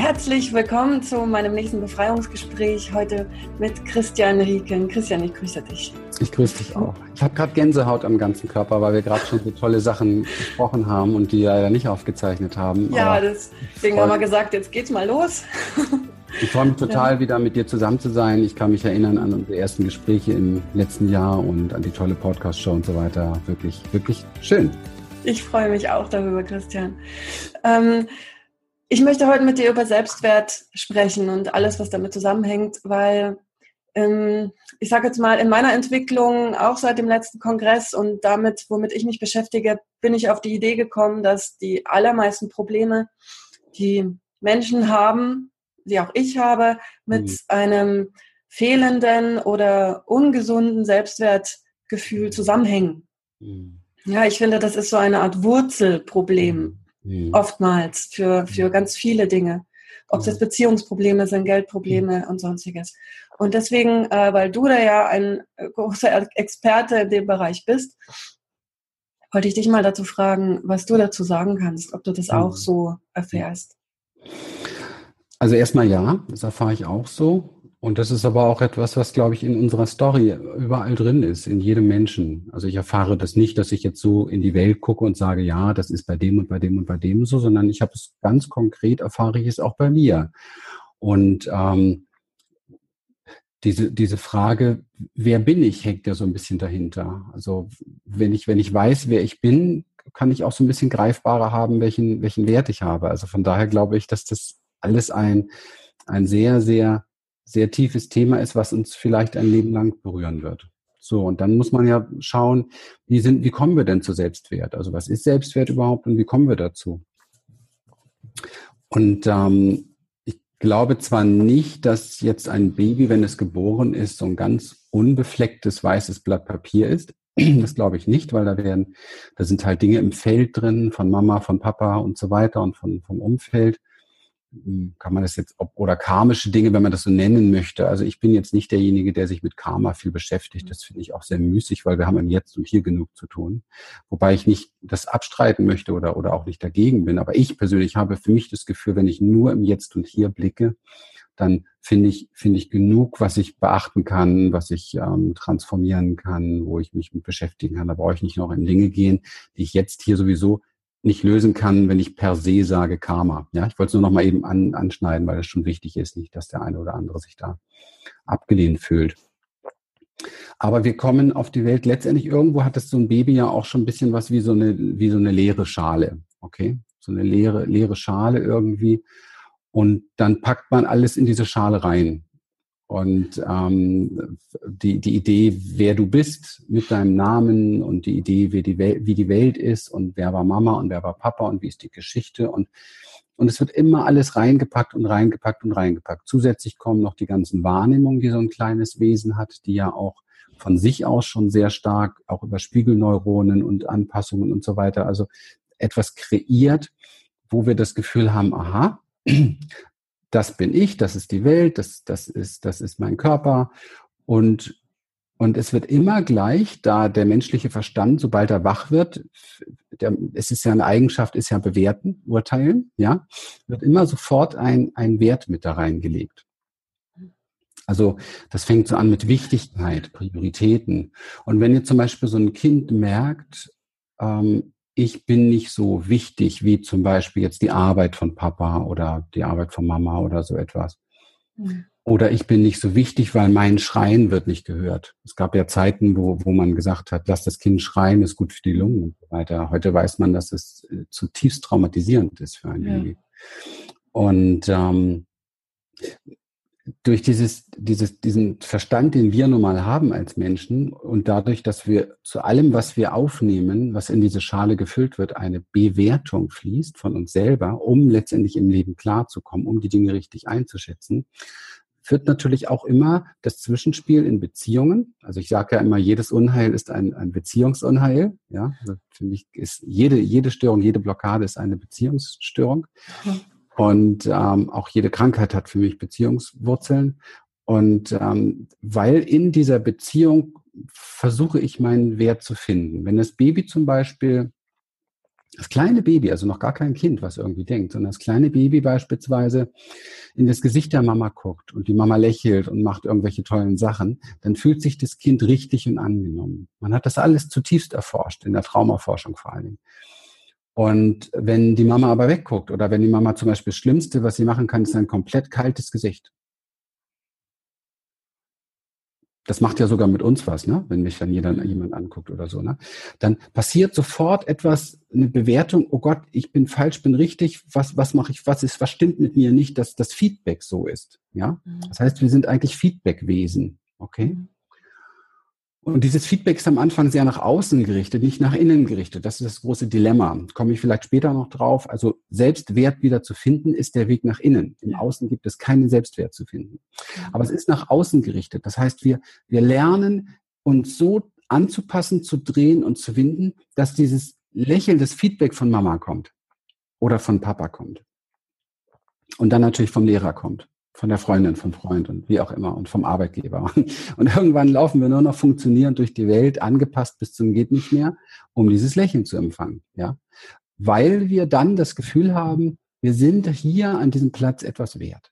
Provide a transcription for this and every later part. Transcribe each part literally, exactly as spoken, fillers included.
Herzlich willkommen zu meinem nächsten Befreiungsgespräch heute mit Christian Rieken. Christian, ich grüße dich. Ich grüße dich auch. Ich habe gerade Gänsehaut am ganzen Körper, weil wir gerade schon so tolle Sachen gesprochen haben und die leider nicht aufgezeichnet haben. Ja, aber deswegen haben wir gesagt, jetzt geht's mal los. Ich freue mich total, ja. wieder mit dir zusammen zu sein. Ich kann mich erinnern an unsere ersten Gespräche im letzten Jahr und an die tolle Podcast-Show und so weiter. Wirklich, wirklich schön. Ich freue mich auch darüber, Christian. Ähm, ich möchte heute mit dir über Selbstwert sprechen und alles, was damit zusammenhängt, weil ähm, ich sage jetzt mal, in meiner Entwicklung, auch seit dem letzten Kongress und damit, womit ich mich beschäftige, bin ich auf die Idee gekommen, dass die allermeisten Probleme, die Menschen haben, die auch ich habe, mit mhm. einem fehlenden oder ungesunden Selbstwertgefühl zusammenhängen. Mhm. Ja, ich finde, das ist so eine Art Wurzelproblem, mhm. oftmals für, für ganz viele Dinge. Ob es jetzt Beziehungsprobleme sind, Geldprobleme mhm. und sonstiges. Und deswegen, äh, weil du da ja ein großer Experte in dem Bereich bist, wollte ich dich mal dazu fragen, was du dazu sagen kannst, ob du das mhm. auch so erfährst. Also erstmal ja, das erfahre ich auch so. Und das ist aber auch etwas, was, glaube ich, in unserer Story überall drin ist, in jedem Menschen. Also ich erfahre das nicht, dass ich jetzt so in die Welt gucke und sage, ja, das ist bei dem und bei dem und bei dem so, sondern ich habe es ganz konkret, erfahre ich es auch bei mir. Und ähm, diese diese Frage, wer bin ich, hängt ja so ein bisschen dahinter. Also wenn ich wenn ich weiß, wer ich bin, kann ich auch so ein bisschen greifbarer haben, welchen welchen Wert ich habe. Also von daher glaube ich, dass das alles ein ein sehr, sehr sehr tiefes Thema ist, was uns vielleicht ein Leben lang berühren wird. So, und dann muss man ja schauen, wie sind, wie kommen wir denn zu Selbstwert? Also was ist Selbstwert überhaupt und wie kommen wir dazu? Und ähm, ich glaube zwar nicht, dass jetzt ein Baby, wenn es geboren ist, so ein ganz unbeflecktes weißes Blatt Papier ist. Das glaube ich nicht, weil da werden, da sind halt Dinge im Feld drin von Mama, von Papa und so weiter und von, vom Umfeld. Kann man das jetzt, oder karmische Dinge, wenn man das so nennen möchte. Also ich bin jetzt nicht derjenige, der sich mit Karma viel beschäftigt. Das finde ich auch sehr müßig, weil wir haben im Jetzt und Hier genug zu tun. Wobei ich nicht das abstreiten möchte oder, oder auch nicht dagegen bin. Aber ich persönlich habe für mich das Gefühl, wenn ich nur im Jetzt und Hier blicke, dann finde ich, finde ich genug, was ich beachten kann, was ich ähm, transformieren kann, wo ich mich mit beschäftigen kann. Da brauche ich nicht noch in Dinge gehen, die ich jetzt hier sowieso nicht lösen kann, wenn ich per se sage Karma. Ja, ich wollte es nur noch mal eben an, anschneiden, weil das schon wichtig ist, nicht, dass der eine oder andere sich da abgelehnt fühlt. Aber wir kommen auf die Welt. Letztendlich irgendwo hat das so ein Baby ja auch schon ein bisschen was wie so eine, wie so eine leere Schale. Okay? So eine leere, leere Schale irgendwie. Und dann packt man alles in diese Schale rein. Und ähm, die die Idee, wer du bist mit deinem Namen und die Idee, wie die Welt, wie die Welt ist und wer war Mama und wer war Papa und wie ist die Geschichte und und es wird immer alles reingepackt und reingepackt und reingepackt. Zusätzlich kommen noch die ganzen Wahrnehmungen, die so ein kleines Wesen hat, die ja auch von sich aus schon sehr stark auch über Spiegelneuronen und Anpassungen und so weiter, also etwas kreiert, wo wir das Gefühl haben, aha, das bin ich, das ist die Welt, das, das ist, das ist mein Körper. Und, und es wird immer gleich, da der menschliche Verstand, sobald er wach wird, der, es ist ja eine Eigenschaft, ist ja bewerten, urteilen, ja, wird immer sofort ein, ein Wert mit da reingelegt. Also das fängt so an mit Wichtigkeit, Prioritäten. Und wenn jetzt zum Beispiel so ein Kind merkt, ähm, ich bin nicht so wichtig wie zum Beispiel jetzt die Arbeit von Papa oder die Arbeit von Mama oder so etwas. Mhm. Oder ich bin nicht so wichtig, weil mein Schreien wird nicht gehört. Es gab ja Zeiten, wo, wo man gesagt hat, lass das Kind schreien, ist gut für die Lungen und so weiter. Heute weiß man, dass es zutiefst traumatisierend ist für ein ja. Baby. Und ähm, durch dieses, dieses, diesen Verstand, den wir nun mal haben als Menschen und dadurch, dass wir zu allem, was wir aufnehmen, was in diese Schale gefüllt wird, eine Bewertung fließt von uns selber, um letztendlich im Leben klarzukommen, um die Dinge richtig einzuschätzen, führt natürlich auch immer das Zwischenspiel in Beziehungen. Also ich sage ja immer, jedes Unheil ist ein, ein Beziehungsunheil. Ja, also für mich ist jede, jede Störung, jede Blockade ist eine Beziehungsstörung. Mhm. Und ähm, auch jede Krankheit hat für mich Beziehungswurzeln. Und ähm, weil in dieser Beziehung versuche ich meinen Wert zu finden. Wenn das Baby zum Beispiel Das kleine Baby, also noch gar kein Kind, was irgendwie denkt, sondern das kleine Baby beispielsweise in das Gesicht der Mama guckt und die Mama lächelt und macht irgendwelche tollen Sachen, dann fühlt sich das Kind richtig und angenommen. Man hat das alles zutiefst erforscht, in der Traumaforschung vor allen Dingen. Und wenn die Mama aber wegguckt oder wenn die Mama zum Beispiel das Schlimmste, was sie machen kann, ist ein komplett kaltes Gesicht. Das macht ja sogar mit uns was, ne? Wenn mich dann jeder, jemand anguckt oder so, ne? Dann passiert sofort etwas, eine Bewertung, oh Gott, ich bin falsch, bin richtig, was, was mache ich, was ist, was stimmt mit mir nicht, dass das Feedback so ist, ja? Das heißt, wir sind eigentlich Feedbackwesen, okay? Und dieses Feedback ist am Anfang sehr nach außen gerichtet, nicht nach innen gerichtet. Das ist das große Dilemma. Komme ich vielleicht später noch drauf. Also Selbstwert wieder zu finden, ist der Weg nach innen. Im Außen gibt es keinen Selbstwert zu finden. Aber es ist nach außen gerichtet. Das heißt, wir, wir lernen, uns so anzupassen, zu drehen und zu winden, dass dieses Lächeln, das Feedback von Mama kommt oder von Papa kommt. Und dann natürlich vom Lehrer kommt. Von der Freundin, vom Freund und wie auch immer und vom Arbeitgeber. Und irgendwann laufen wir nur noch funktionierend durch die Welt, angepasst bis zum geht nicht mehr, um dieses Lächeln zu empfangen, ja. Weil wir dann das Gefühl haben, wir sind hier an diesem Platz etwas wert.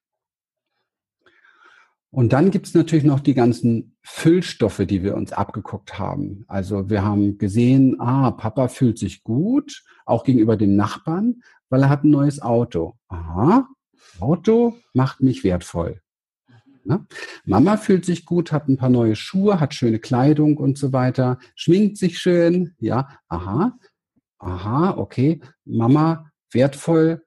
Und dann gibt es natürlich noch die ganzen Füllstoffe, die wir uns abgeguckt haben. Also wir haben gesehen, ah, Papa fühlt sich gut, auch gegenüber dem Nachbarn, weil er hat ein neues Auto. Aha. Auto macht mich wertvoll. Ne? Mama fühlt sich gut, hat ein paar neue Schuhe, hat schöne Kleidung und so weiter, schminkt sich schön, ja, aha, aha, okay, Mama wertvoll,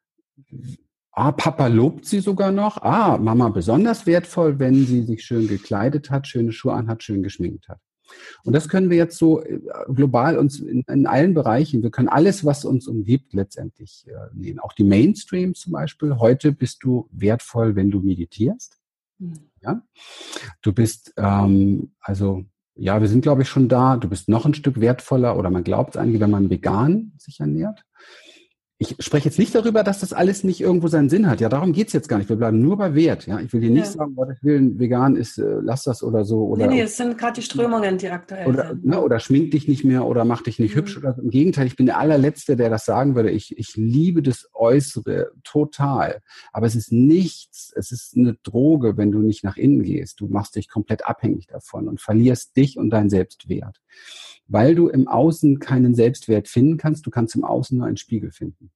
ah, Papa lobt sie sogar noch, ah, Mama besonders wertvoll, wenn sie sich schön gekleidet hat, schöne Schuhe anhat, schön geschminkt hat. Und das können wir jetzt so global uns in, in allen Bereichen, wir können alles, was uns umgibt, letztendlich äh, nehmen. Auch die Mainstream zum Beispiel. Heute bist du wertvoll, wenn du meditierst. Mhm. Ja? Du bist, ähm, also, ja, wir sind, glaube ich, schon da. Du bist noch ein Stück wertvoller oder man glaubt es eigentlich, wenn man vegan sich ernährt. Ich spreche jetzt nicht darüber, dass das alles nicht irgendwo seinen Sinn hat. Ja, darum geht's jetzt gar nicht. Wir bleiben nur bei Wert. Ja, ich will dir nicht ja. sagen, Gottes Willen, vegan ist, äh, lass das oder so. Oder, nee, nee, es sind gerade die Strömungen, die aktuell oder, sind. Ne, oder schmink dich nicht mehr oder mach dich nicht mhm. hübsch. Oder so. Im Gegenteil, ich bin der allerletzte, der das sagen würde. Ich, ich liebe das Äußere total. Aber es ist nichts, es ist eine Droge, wenn du nicht nach innen gehst. Du machst dich komplett abhängig davon und verlierst dich und deinen Selbstwert. Weil du im Außen keinen Selbstwert finden kannst, du kannst im Außen nur einen Spiegel finden.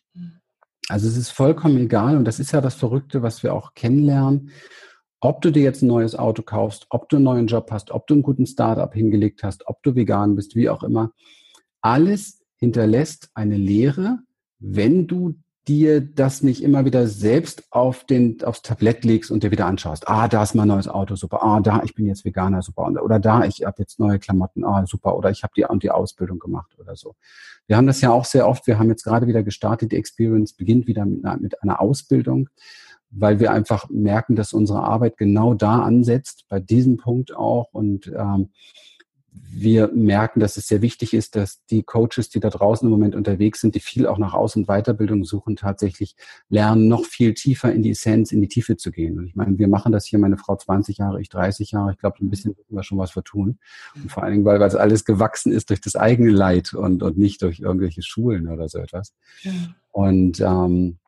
Also es ist vollkommen egal und das ist ja das Verrückte, was wir auch kennenlernen, ob du dir jetzt ein neues Auto kaufst, ob du einen neuen Job hast, ob du einen guten Start-up hingelegt hast, ob du vegan bist, wie auch immer. Alles hinterlässt eine Leere, wenn du dir das nicht immer wieder selbst auf den, aufs Tablett legst und dir wieder anschaust. Ah, da ist mein neues Auto, super. Ah, da, ich bin jetzt Veganer, super. Oder da, ich habe jetzt neue Klamotten, ah, super. Oder ich habe die und die Ausbildung gemacht oder so. Wir haben das ja auch sehr oft. Wir haben jetzt gerade wieder gestartet. Die Experience beginnt wieder mit einer, mit einer Ausbildung, weil wir einfach merken, dass unsere Arbeit genau da ansetzt, bei diesem Punkt auch. Und ähm, wir merken, dass es sehr wichtig ist, dass die Coaches, die da draußen im Moment unterwegs sind, die viel auch nach Aus- und Weiterbildung suchen, tatsächlich lernen, noch viel tiefer in die Essenz, in die Tiefe zu gehen. Und ich meine, wir machen das hier, meine Frau zwanzig Jahre, ich dreißig Jahre. Ich glaube, ein bisschen wissen wir schon, was wir tun. Und vor allen Dingen, weil, weil es alles gewachsen ist durch das eigene Leid und, und nicht durch irgendwelche Schulen oder so etwas. Ja. Und, ähm,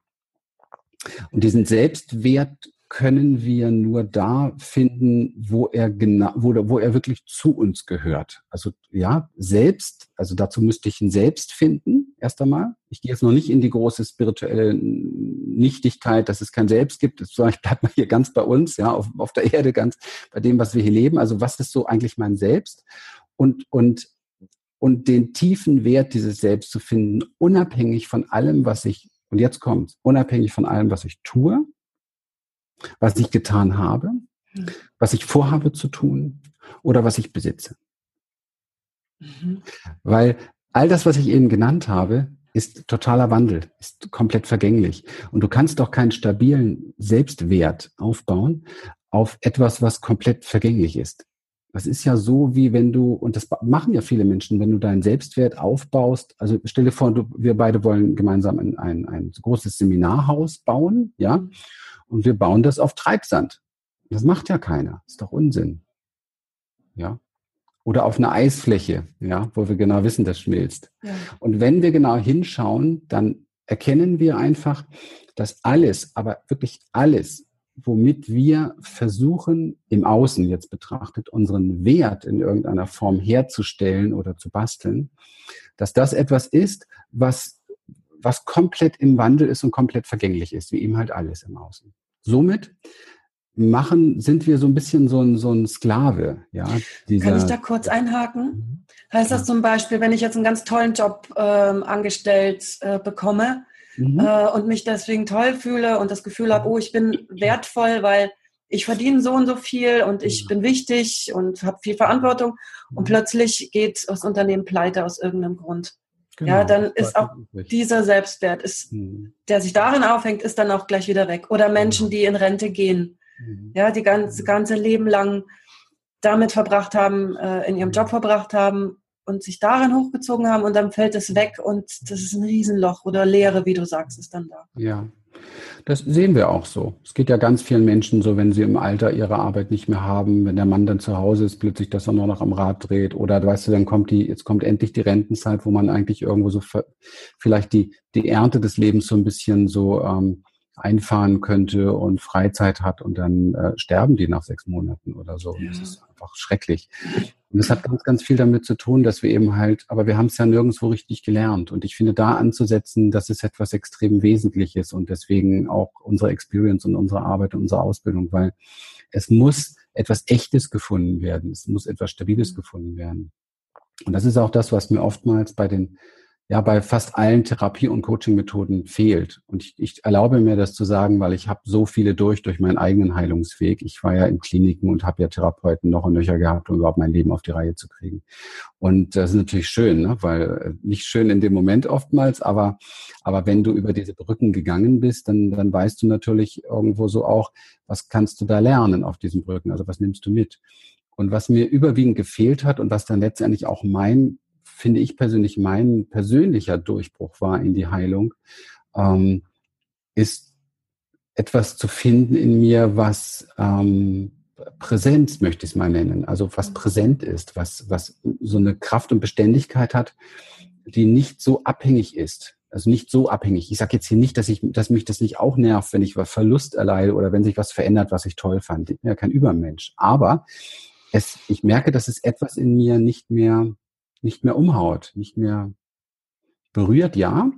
und diesen Selbstwert können wir nur da finden, wo er genau, wo, wo er wirklich zu uns gehört. Also ja, selbst, also dazu müsste ich ihn selbst finden, erst einmal. Ich gehe jetzt noch nicht in die große spirituelle Nichtigkeit, dass es kein Selbst gibt, sondern ich bleibe mal hier ganz bei uns, ja, auf, auf der Erde, ganz bei dem, was wir hier leben. Also was ist so eigentlich mein Selbst? Und, und, und den tiefen Wert dieses Selbst zu finden, unabhängig von allem, was ich, und jetzt kommt's, unabhängig von allem, was ich tue, was ich getan habe, was ich vorhabe zu tun oder was ich besitze. Mhm. Weil all das, was ich eben genannt habe, ist totaler Wandel, ist komplett vergänglich. Und du kannst doch keinen stabilen Selbstwert aufbauen auf etwas, was komplett vergänglich ist. Das ist ja so, wie wenn du, und das machen ja viele Menschen, wenn du deinen Selbstwert aufbaust, also stell dir vor, du, wir beide wollen gemeinsam ein, ein, ein großes Seminarhaus bauen, ja, und wir bauen das auf Treibsand. Das macht ja keiner. Das ist doch Unsinn. Ja. oder auf einer Eisfläche, ja, wo wir genau wissen, das schmilzt. Ja. Und wenn wir genau hinschauen, dann erkennen wir einfach, dass alles, aber wirklich alles, womit wir versuchen, im Außen jetzt betrachtet, unseren Wert in irgendeiner Form herzustellen oder zu basteln, dass das etwas ist, was, was komplett im Wandel ist und komplett vergänglich ist, wie eben halt alles im Außen. Somit machen, sind wir so ein bisschen so ein, so ein Sklave, ja. Dieser, Kann ich da kurz einhaken? Heißt das zum Beispiel, wenn ich jetzt einen ganz tollen Job ähm, angestellt äh, bekomme mhm. äh, und mich deswegen toll fühle und das Gefühl habe, oh, ich bin wertvoll, weil ich verdiene so und so viel und ich bin wichtig und habe viel Verantwortung und plötzlich geht das Unternehmen pleite aus irgendeinem Grund. Genau. Ja, dann ist auch dieser Selbstwert, ist, mhm. der sich darin aufhängt, ist dann auch gleich wieder weg. Oder Menschen, die in Rente gehen, mhm. ja, die ganze, ganze Leben lang damit verbracht haben, äh, in ihrem Job verbracht haben und sich darin hochgezogen haben und dann fällt es weg und das ist ein Riesenloch oder Leere, wie du sagst, ist dann da. Ja, das sehen wir auch so. Es geht ja ganz vielen Menschen so, wenn sie im Alter ihre Arbeit nicht mehr haben, wenn der Mann dann zu Hause ist, plötzlich, dass er nur noch am Rad dreht oder weißt du, dann kommt die, jetzt kommt endlich die Rentenzeit, wo man eigentlich irgendwo so vielleicht die, die Ernte des Lebens so ein bisschen so ähm, einfahren könnte und Freizeit hat und dann äh, sterben die nach sechs Monaten oder so. Ja. Das ist einfach schrecklich. Und das hat ganz, ganz viel damit zu tun, dass wir eben halt, aber wir haben es ja nirgendwo richtig gelernt. Und ich finde, da anzusetzen, das ist etwas extrem Wesentliches und deswegen auch unsere Experience und unsere Arbeit und unsere Ausbildung, weil es muss etwas Echtes gefunden werden. Es muss etwas Stabiles gefunden werden. Und das ist auch das, was mir oftmals bei den ja bei fast allen Therapie- und Coaching-Methoden fehlt. Und ich, ich erlaube mir das zu sagen, weil ich habe so viele durch, durch meinen eigenen Heilungsweg. Ich war ja in Kliniken und habe ja Therapeuten noch und nöcher gehabt, um überhaupt mein Leben auf die Reihe zu kriegen. Und das ist natürlich schön, ne? Weil nicht schön in dem Moment oftmals, aber aber wenn du über diese Brücken gegangen bist, dann dann weißt du natürlich irgendwo so auch, was kannst du da lernen auf diesen Brücken, also was nimmst du mit? Und was mir überwiegend gefehlt hat und was dann letztendlich auch mein finde ich persönlich, mein persönlicher Durchbruch war in die Heilung, ähm, ist etwas zu finden in mir, was ähm, Präsenz, möchte ich es mal nennen, also was präsent ist, was, was so eine Kraft und Beständigkeit hat, die nicht so abhängig ist. Also nicht so abhängig. Ich sage jetzt hier nicht, dass ich, dass mich das nicht auch nervt, wenn ich Verlust erleide oder wenn sich was verändert, was ich toll fand. Ich bin ja kein Übermensch. Aber es, ich merke, dass es etwas in mir nicht mehr nicht mehr umhaut, nicht mehr berührt, ja,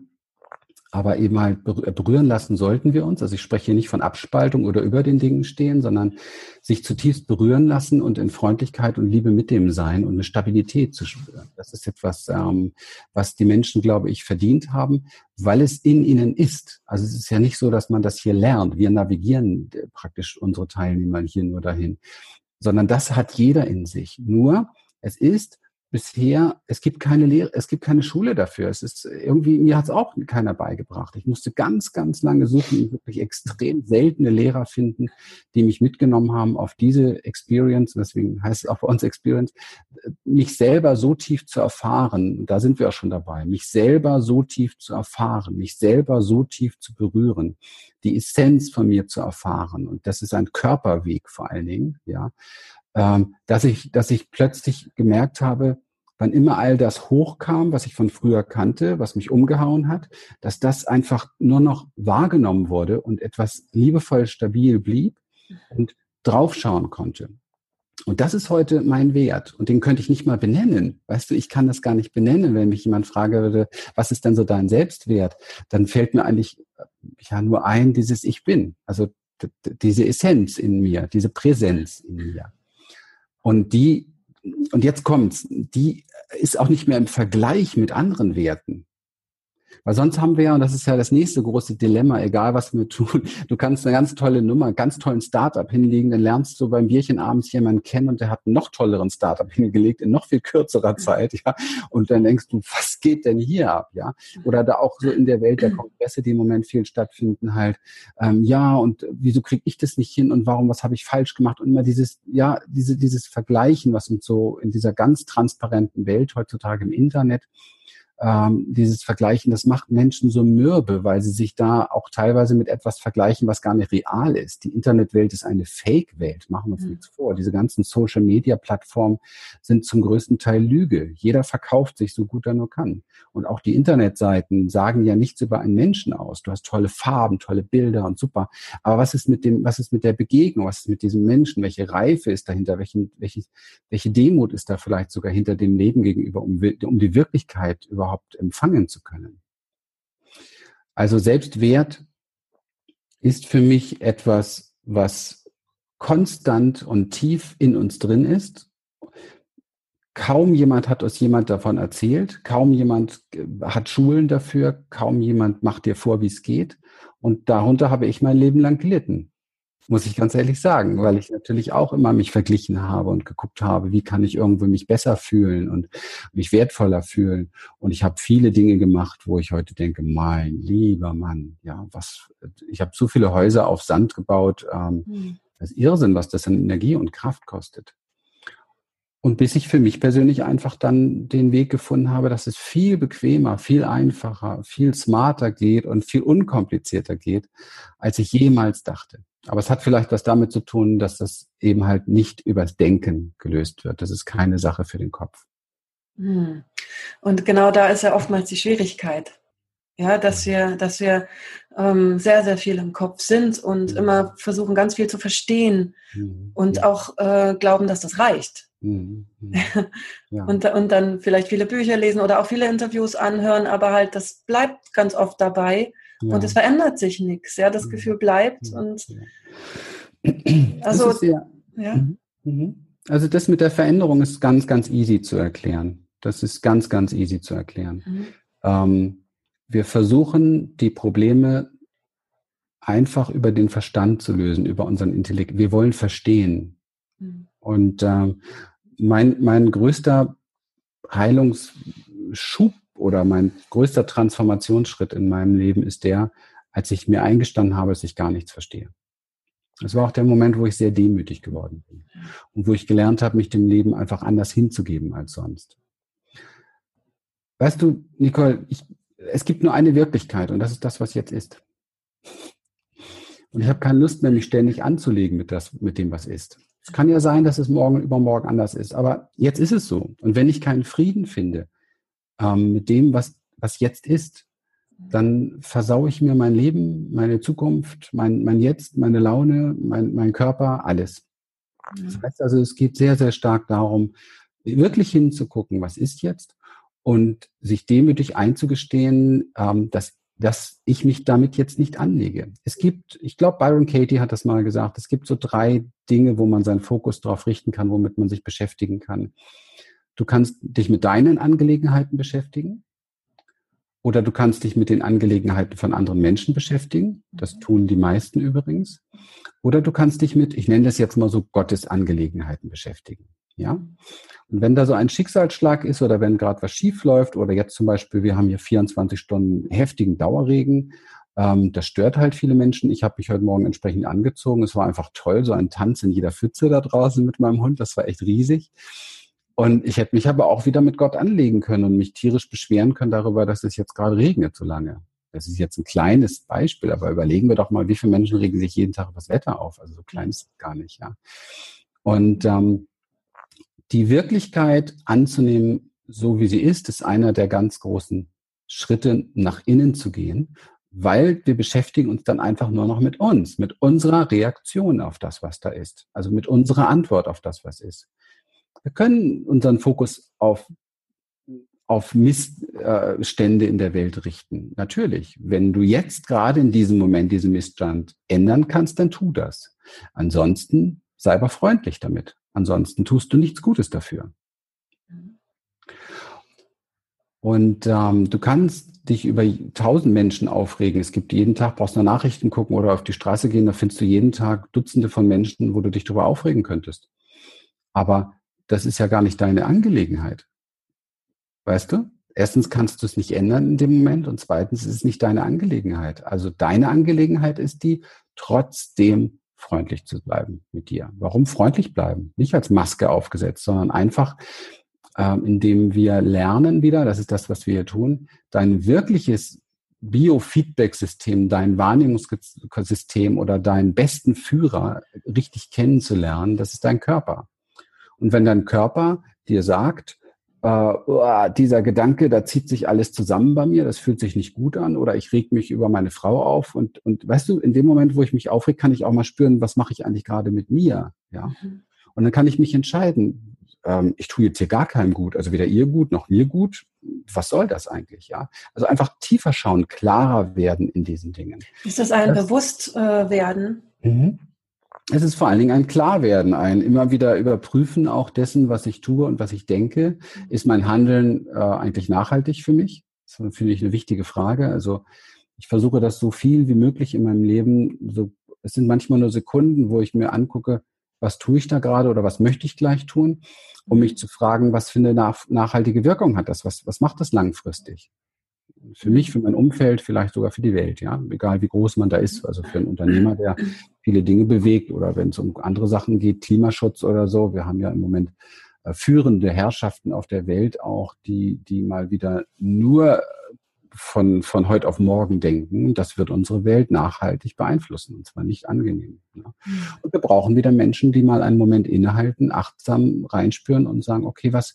aber eben halt berühren lassen sollten wir uns. Also ich spreche hier nicht von Abspaltung oder über den Dingen stehen, sondern sich zutiefst berühren lassen und in Freundlichkeit und Liebe mit dem sein und eine Stabilität zu spüren. Das ist etwas, ähm, was die Menschen, glaube ich, verdient haben, weil es in ihnen ist. Also es ist ja nicht so, dass man das hier lernt. Wir navigieren praktisch unsere Teilnehmer hier nur dahin, sondern das hat jeder in sich. Nur es ist bisher, es gibt keine Lehre, es gibt keine Schule dafür. Es ist irgendwie, mir hat es auch keiner beigebracht. Ich musste ganz, ganz lange suchen und wirklich extrem seltene Lehrer finden, die mich mitgenommen haben auf diese Experience, deswegen heißt es auch bei uns Experience, mich selber so tief zu erfahren, da sind wir auch schon dabei, mich selber so tief zu erfahren, mich selber so tief zu berühren, die Essenz von mir zu erfahren. Und das ist ein Körperweg vor allen Dingen, ja. Ähm, dass ich, dass ich plötzlich gemerkt habe, wann immer all das hochkam, was ich von früher kannte, was mich umgehauen hat, dass das einfach nur noch wahrgenommen wurde und etwas liebevoll stabil blieb und draufschauen konnte. Und das ist heute mein Wert. Und den könnte ich nicht mal benennen. Weißt du, ich kann das gar nicht benennen, wenn mich jemand fragen würde, was ist denn so dein Selbstwert? Dann fällt mir eigentlich ja nur ein, dieses Ich bin. Also d- d- diese Essenz in mir, diese Präsenz in mir. Und die, und jetzt kommt's, die ist auch nicht mehr im Vergleich mit anderen Werten. Weil sonst haben wir ja, und das ist ja das nächste große Dilemma, egal was wir tun, du kannst eine ganz tolle Nummer, einen ganz tollen Startup hinlegen, dann lernst du beim Bierchen abends jemanden kennen und der hat einen noch tolleren Startup hingelegt in noch viel kürzerer Zeit, ja. Und dann denkst du, was geht denn hier ab, ja? Oder da auch so in der Welt der Kongresse, die im Moment viel stattfinden, halt, ähm, ja, und wieso kriege ich das nicht hin und warum, was habe ich falsch gemacht? Und immer dieses, ja, diese, dieses Vergleichen, was uns so in dieser ganz transparenten Welt heutzutage im Internet ähm, dieses Vergleichen, das macht Menschen so mürbe, weil sie sich da auch teilweise mit etwas vergleichen, was gar nicht real ist. Die Internetwelt ist eine Fake-Welt, machen wir uns Mhm. nichts vor. Diese ganzen Social-Media-Plattformen sind zum größten Teil Lüge. Jeder verkauft sich so gut er nur kann. Und auch die Internetseiten sagen ja nichts über einen Menschen aus. Du hast tolle Farben, tolle Bilder und super. Aber was ist mit dem, was ist mit der Begegnung? Was ist mit diesem Menschen? Welche Reife ist dahinter? Welchen, welche, welche Demut ist da vielleicht sogar hinter dem Leben gegenüber, um, um die Wirklichkeit überhaupt empfangen zu können? Also Selbstwert ist für mich etwas, was konstant und tief in uns drin ist. Kaum jemand hat uns jemand davon erzählt, kaum jemand hat Schulen dafür, kaum jemand macht dir vor, wie es geht. Und darunter habe ich mein Leben lang gelitten, muss ich ganz ehrlich sagen, weil ich natürlich auch immer mich verglichen habe und geguckt habe, wie kann ich irgendwo mich besser fühlen und mich wertvoller fühlen. Und ich habe viele Dinge gemacht, wo ich heute denke, mein lieber Mann, ja, was, ich habe so viele Häuser auf Sand gebaut, ähm, mhm. das ist Irrsinn, was das an Energie und Kraft kostet. Und bis ich für mich persönlich einfach dann den Weg gefunden habe, dass es viel bequemer, viel einfacher, viel smarter geht und viel unkomplizierter geht, als ich jemals dachte. Aber es hat vielleicht was damit zu tun, dass das eben halt nicht übers Denken gelöst wird. Das ist keine Sache für den Kopf. Und genau da ist ja oftmals die Schwierigkeit. Ja, dass wir, dass wir ähm, sehr, sehr viel im Kopf sind und mhm. immer versuchen, ganz viel zu verstehen mhm. und ja. auch äh, glauben, dass das reicht. Mhm. Ja. und, und dann vielleicht viele Bücher lesen oder auch viele Interviews anhören, aber halt das bleibt ganz oft dabei ja. und es verändert sich nichts. Ja, das mhm. Gefühl bleibt ja. und ja. also das ist sehr, ja. Mhm. Also das mit der Veränderung ist ganz, ganz easy zu erklären. Das ist ganz, ganz easy zu erklären. Mhm. Ähm, Wir versuchen, die Probleme einfach über den Verstand zu lösen, über unseren Intellekt. Wir wollen verstehen. Mhm. Und äh, mein, mein größter Heilungsschub oder mein größter Transformationsschritt in meinem Leben ist der, als ich mir eingestanden habe, dass ich gar nichts verstehe. Das war auch der Moment, wo ich sehr demütig geworden bin und wo ich gelernt habe, mich dem Leben einfach anders hinzugeben als sonst. Weißt du, Nicole, ich Es gibt nur eine Wirklichkeit und das ist das, was jetzt ist. Und ich habe keine Lust mehr, mich ständig anzulegen mit, das, mit dem, was ist. Es kann ja sein, dass es morgen übermorgen anders ist, aber jetzt ist es so. Und wenn ich keinen Frieden finde ähm, mit dem, was, was jetzt ist, dann versaue ich mir mein Leben, meine Zukunft, mein, mein Jetzt, meine Laune, mein, mein Körper, alles. Das heißt also, es geht sehr, sehr stark darum, wirklich hinzugucken, was ist jetzt und sich demütig einzugestehen, ähm, dass, dass ich mich damit jetzt nicht anlege. Es gibt, ich glaube, Byron Katie hat das mal gesagt, es gibt so drei Dinge, wo man seinen Fokus drauf richten kann, womit man sich beschäftigen kann. Du kannst dich mit deinen Angelegenheiten beschäftigen oder du kannst dich mit den Angelegenheiten von anderen Menschen beschäftigen. Das tun die meisten übrigens. Oder du kannst dich mit, ich nenne das jetzt mal so, Gottes Angelegenheiten beschäftigen. Ja? Und wenn da so ein Schicksalsschlag ist oder wenn gerade was schief läuft oder jetzt zum Beispiel, wir haben hier vierundzwanzig Stunden heftigen Dauerregen, ähm, das stört halt viele Menschen. Ich habe mich heute Morgen entsprechend angezogen. Es war einfach toll, so ein Tanz in jeder Pfütze da draußen mit meinem Hund. Das war echt riesig. Und ich hätte mich aber auch wieder mit Gott anlegen können und mich tierisch beschweren können darüber, dass es jetzt gerade regnet so lange. Das ist jetzt ein kleines Beispiel, aber überlegen wir doch mal, wie viele Menschen regen sich jeden Tag über das Wetter auf. Also so klein ist es gar nicht, ja. Und ähm, die Wirklichkeit anzunehmen, so wie sie ist, ist einer der ganz großen Schritte, nach innen zu gehen, weil wir beschäftigen uns dann einfach nur noch mit uns, mit unserer Reaktion auf das, was da ist. Also mit unserer Antwort auf das, was ist. Wir können unseren Fokus auf, auf Missstände in der Welt richten. Natürlich, wenn du jetzt gerade in diesem Moment diesen Missstand ändern kannst, dann tu das. Ansonsten sei aber freundlich damit. Ansonsten tust du nichts Gutes dafür. Und ähm, du kannst dich über tausend Menschen aufregen. Es gibt jeden Tag, brauchst du Nachrichten gucken oder auf die Straße gehen, da findest du jeden Tag Dutzende von Menschen, wo du dich darüber aufregen könntest. Aber das ist ja gar nicht deine Angelegenheit. Weißt du? Erstens kannst du es nicht ändern in dem Moment und zweitens ist es nicht deine Angelegenheit. Also deine Angelegenheit ist die, trotzdem freundlich zu bleiben mit dir. Warum freundlich bleiben? Nicht als Maske aufgesetzt, sondern einfach ähm, indem wir lernen wieder, das ist das, was wir hier tun, dein wirkliches Biofeedback-System, dein Wahrnehmungssystem oder deinen besten Führer richtig kennenzulernen, das ist dein Körper. Und wenn dein Körper dir sagt, äh, oh, dieser Gedanke, da zieht sich alles zusammen bei mir, das fühlt sich nicht gut an oder ich reg mich über meine Frau auf und, und weißt du, in dem Moment, wo ich mich aufreg, kann ich auch mal spüren, was mache ich eigentlich gerade mit mir, ja. Mhm. Und dann kann ich mich entscheiden, ähm, ich tue jetzt hier gar keinem gut, also weder ihr gut noch mir gut, was soll das eigentlich, ja? Also einfach tiefer schauen, klarer werden in diesen Dingen. Ist das ein das, Bewusstwerden? Äh, mhm. Es ist vor allen Dingen ein Klarwerden, ein immer wieder Überprüfen auch dessen, was ich tue und was ich denke. Ist mein Handeln äh, eigentlich nachhaltig für mich? Das finde ich eine wichtige Frage. Also ich versuche das so viel wie möglich in meinem Leben. So, es sind manchmal nur Sekunden, wo ich mir angucke, was tue ich da gerade oder was möchte ich gleich tun, um mich zu fragen, was für eine nach, nachhaltige Wirkung hat das? Was, was macht das langfristig? Für mich, für mein Umfeld, vielleicht sogar für die Welt, ja, egal wie groß man da ist, also für einen Unternehmer, der viele Dinge bewegt oder wenn es um andere Sachen geht, Klimaschutz oder so. Wir haben ja im Moment äh, führende Herrschaften auf der Welt auch, die, die mal wieder nur von, von heute auf morgen denken. Das wird unsere Welt nachhaltig beeinflussen und zwar nicht angenehm. Ja. Und wir brauchen wieder Menschen, die mal einen Moment innehalten, achtsam reinspüren und sagen, okay, was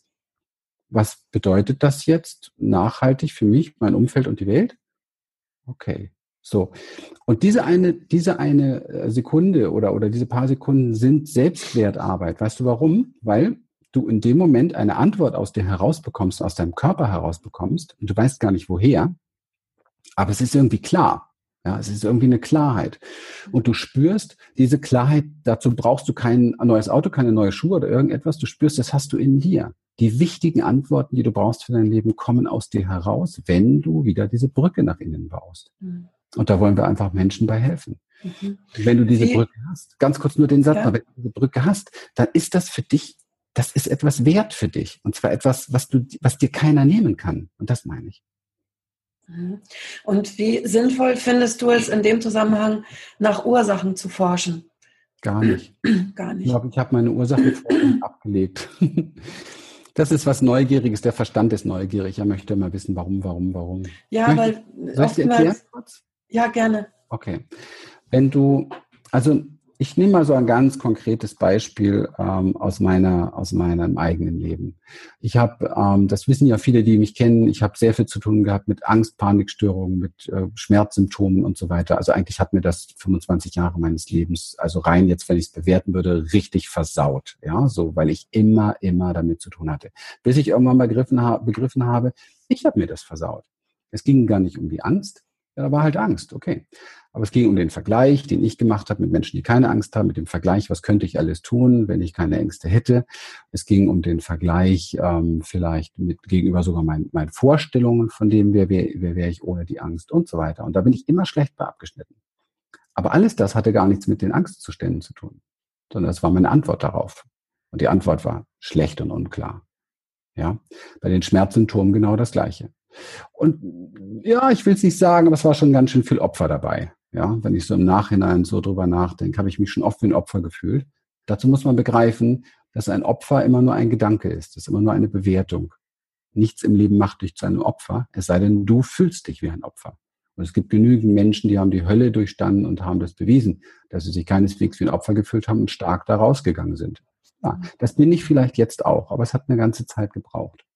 Was bedeutet das jetzt nachhaltig für mich, mein Umfeld und die Welt? Okay, so. Und diese eine, diese eine Sekunde oder, oder diese paar Sekunden sind Selbstwertarbeit. Weißt du warum? Weil du in dem Moment eine Antwort aus dir herausbekommst, aus deinem Körper herausbekommst und du weißt gar nicht woher, aber es ist irgendwie klar. Ja, es ist irgendwie eine Klarheit. Und du spürst diese Klarheit, dazu brauchst du kein neues Auto, keine neue Schuhe oder irgendetwas. Du spürst, das hast du in dir. Die wichtigen Antworten, die du brauchst für dein Leben, kommen aus dir heraus, wenn du wieder diese Brücke nach innen baust. Mhm. Und da wollen wir einfach Menschen bei helfen. Mhm. Wenn du diese Wie? Brücke hast, ganz kurz nur den Satz, ja. Wenn du diese Brücke hast, dann ist das für dich, das ist etwas wert für dich. Und zwar etwas, was du, was dir keiner nehmen kann. Und das meine ich. Und wie sinnvoll findest du es in dem Zusammenhang, nach Ursachen zu forschen? Gar nicht. Gar nicht. Ich glaube, ich habe meine Ursachenforschung abgelegt. Das ist was Neugieriges. Der Verstand ist neugierig. Er möchte mal wissen, warum, warum, warum. Ja, möchte, weil soll ich dir erklären kurz? Ja, gerne. Okay. Wenn du, also ich nehme mal so ein ganz konkretes Beispiel ähm, aus meiner, aus meinem eigenen Leben. Ich habe, ähm, das wissen ja viele, die mich kennen, ich habe sehr viel zu tun gehabt mit Angst, Panikstörungen, mit äh, Schmerzsymptomen und so weiter. Also eigentlich hat mir das fünfundzwanzig Jahre meines Lebens, also rein jetzt, wenn ich es bewerten würde, richtig versaut. Ja, so, weil ich immer, immer damit zu tun hatte. Bis ich irgendwann mal begriffen, ha- begriffen habe, ich habe mir das versaut. Es ging gar nicht um die Angst. Ja, da war halt Angst, okay. Aber es ging um den Vergleich, den ich gemacht habe mit Menschen, die keine Angst haben, mit dem Vergleich, was könnte ich alles tun, wenn ich keine Ängste hätte. Es ging um den Vergleich ähm, vielleicht mit gegenüber sogar mein, meinen Vorstellungen von dem, wer wäre wer wär ich ohne die Angst und so weiter. Und da bin ich immer schlecht bei abgeschnitten. Aber alles das hatte gar nichts mit den Angstzuständen zu tun, sondern das war meine Antwort darauf. Und die Antwort war schlecht und unklar. Ja, bei den Schmerzsymptomen genau das Gleiche. Und ja, ich will es nicht sagen, aber es war schon ganz schön viel Opfer dabei. Ja, wenn ich so im Nachhinein so drüber nachdenke, habe ich mich schon oft wie ein Opfer gefühlt. Dazu muss man begreifen, dass ein Opfer immer nur ein Gedanke ist. Das ist immer nur eine Bewertung. Nichts im Leben macht dich zu einem Opfer, es sei denn, du fühlst dich wie ein Opfer. Und es gibt genügend Menschen, die haben die Hölle durchstanden und haben das bewiesen, dass sie sich keineswegs wie ein Opfer gefühlt haben und stark da rausgegangen sind. Ja, das bin ich vielleicht jetzt auch, aber es hat eine ganze Zeit gebraucht.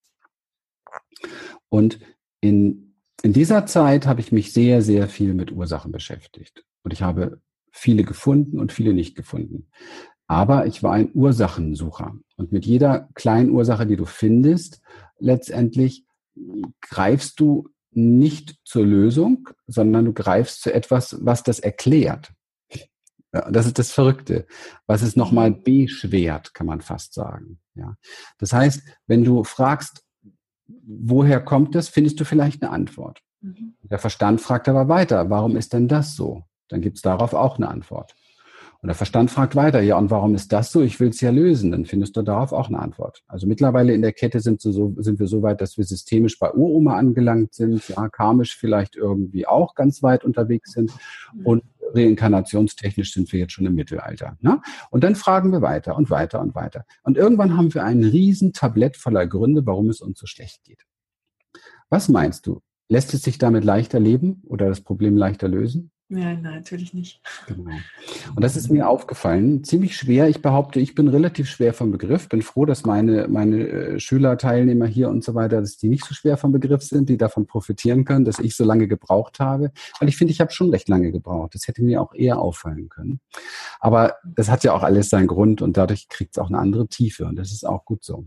Und in, in dieser Zeit habe ich mich sehr, sehr viel mit Ursachen beschäftigt. Und ich habe viele gefunden und viele nicht gefunden. Aber ich war ein Ursachensucher. Und mit jeder kleinen Ursache, die du findest, letztendlich greifst du nicht zur Lösung, sondern du greifst zu etwas, was das erklärt. Ja, das ist das Verrückte, was es nochmal beschwert, kann man fast sagen. Ja. Das heißt, wenn du fragst, woher kommt es, findest du vielleicht eine Antwort. Mhm. Der Verstand fragt aber weiter, warum ist denn das so? Dann gibt es darauf auch eine Antwort. Und der Verstand fragt weiter, ja, und warum ist das so? Ich will es ja lösen. Dann findest du darauf auch eine Antwort. Also mittlerweile in der Kette sind, so, sind wir so weit, dass wir systemisch bei Uroma angelangt sind, ja, karmisch vielleicht irgendwie auch ganz weit unterwegs sind und reinkarnationstechnisch sind wir jetzt schon im Mittelalter. Ne? Und dann fragen wir weiter und weiter und weiter. Und irgendwann haben wir ein riesen Tablett voller Gründe, warum es uns so schlecht geht. Was meinst du? Lässt es sich damit leichter leben oder das Problem leichter lösen? Ja, nein, natürlich nicht. Genau. Und das ist mir aufgefallen. Ziemlich schwer. Ich behaupte, ich bin relativ schwer vom Begriff. Bin froh, dass meine, meine äh, Schüler, Teilnehmer hier und so weiter, dass die nicht so schwer vom Begriff sind, die davon profitieren können, dass ich so lange gebraucht habe. Weil ich finde, ich habe schon recht lange gebraucht. Das hätte mir auch eher auffallen können. Aber das hat ja auch alles seinen Grund und dadurch kriegt es auch eine andere Tiefe. Und das ist auch gut so.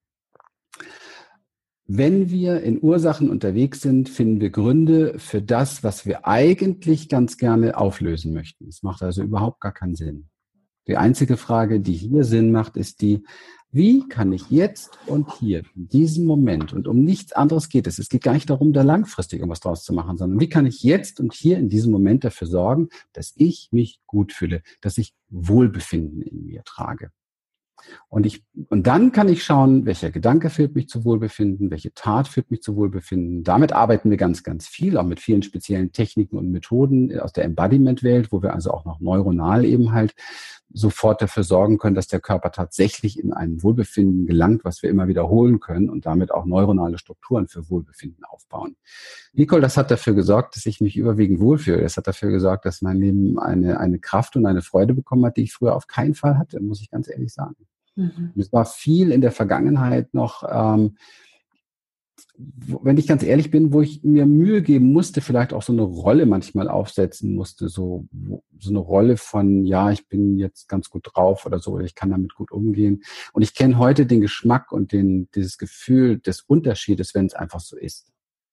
Wenn wir in Ursachen unterwegs sind, finden wir Gründe für das, was wir eigentlich ganz gerne auflösen möchten. Es macht also überhaupt gar keinen Sinn. Die einzige Frage, die hier Sinn macht, ist die, wie kann ich jetzt und hier, in diesem Moment, und um nichts anderes geht es, es geht gar nicht darum, da langfristig irgendwas draus zu machen, sondern wie kann ich jetzt und hier in diesem Moment dafür sorgen, dass ich mich gut fühle, dass ich Wohlbefinden in mir trage. Und ich, und dann kann ich schauen, welcher Gedanke führt mich zu Wohlbefinden, welche Tat führt mich zu Wohlbefinden. Damit arbeiten wir ganz, ganz viel, auch mit vielen speziellen Techniken und Methoden aus der Embodiment-Welt, wo wir also auch noch neuronal eben halt sofort dafür sorgen können, dass der Körper tatsächlich in ein Wohlbefinden gelangt, was wir immer wiederholen können und damit auch neuronale Strukturen für Wohlbefinden aufbauen. Nicole, das hat dafür gesorgt, dass ich mich überwiegend wohlfühle. Das hat dafür gesorgt, dass mein Leben eine, eine Kraft und eine Freude bekommen hat, die ich früher auf keinen Fall hatte, muss ich ganz ehrlich sagen. Mhm. Es war viel in der Vergangenheit noch, ähm, wenn ich ganz ehrlich bin, wo ich mir Mühe geben musste, vielleicht auch so eine Rolle manchmal aufsetzen musste, so, so eine Rolle von, ja, ich bin jetzt ganz gut drauf oder so, oder ich kann damit gut umgehen. Und ich kenne heute den Geschmack und den, dieses Gefühl des Unterschiedes, wenn es einfach so ist.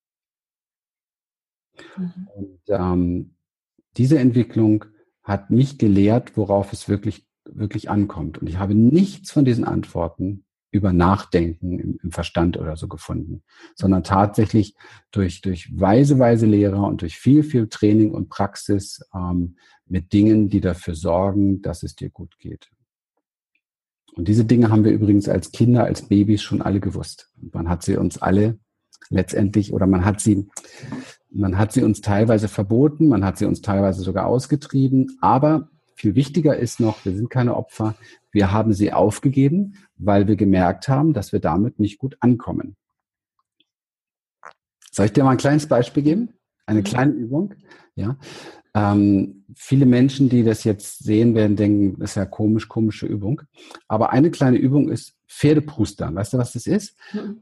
Mhm. Und ähm, diese Entwicklung hat mich gelehrt, worauf es wirklich wirklich ankommt. Und ich habe nichts von diesen Antworten über Nachdenken im, im Verstand oder so gefunden, sondern tatsächlich durch, durch weise, weise Lehrer und durch viel, viel Training und Praxis ähm, mit Dingen, die dafür sorgen, dass es dir gut geht. Und diese Dinge haben wir übrigens als Kinder, als Babys schon alle gewusst. Und man hat sie uns alle letztendlich, oder man hat sie, man hat sie uns teilweise verboten, man hat sie uns teilweise sogar ausgetrieben, aber viel wichtiger ist noch, wir sind keine Opfer, wir haben sie aufgegeben, weil wir gemerkt haben, dass wir damit nicht gut ankommen. Soll ich dir mal ein kleines Beispiel geben? Eine kleine Übung? Ja. Ähm, viele Menschen, die das jetzt sehen werden, denken, das ist ja komisch, komische Übung. Aber eine kleine Übung ist Pferdeprustern. Weißt du, was das ist? Mhm.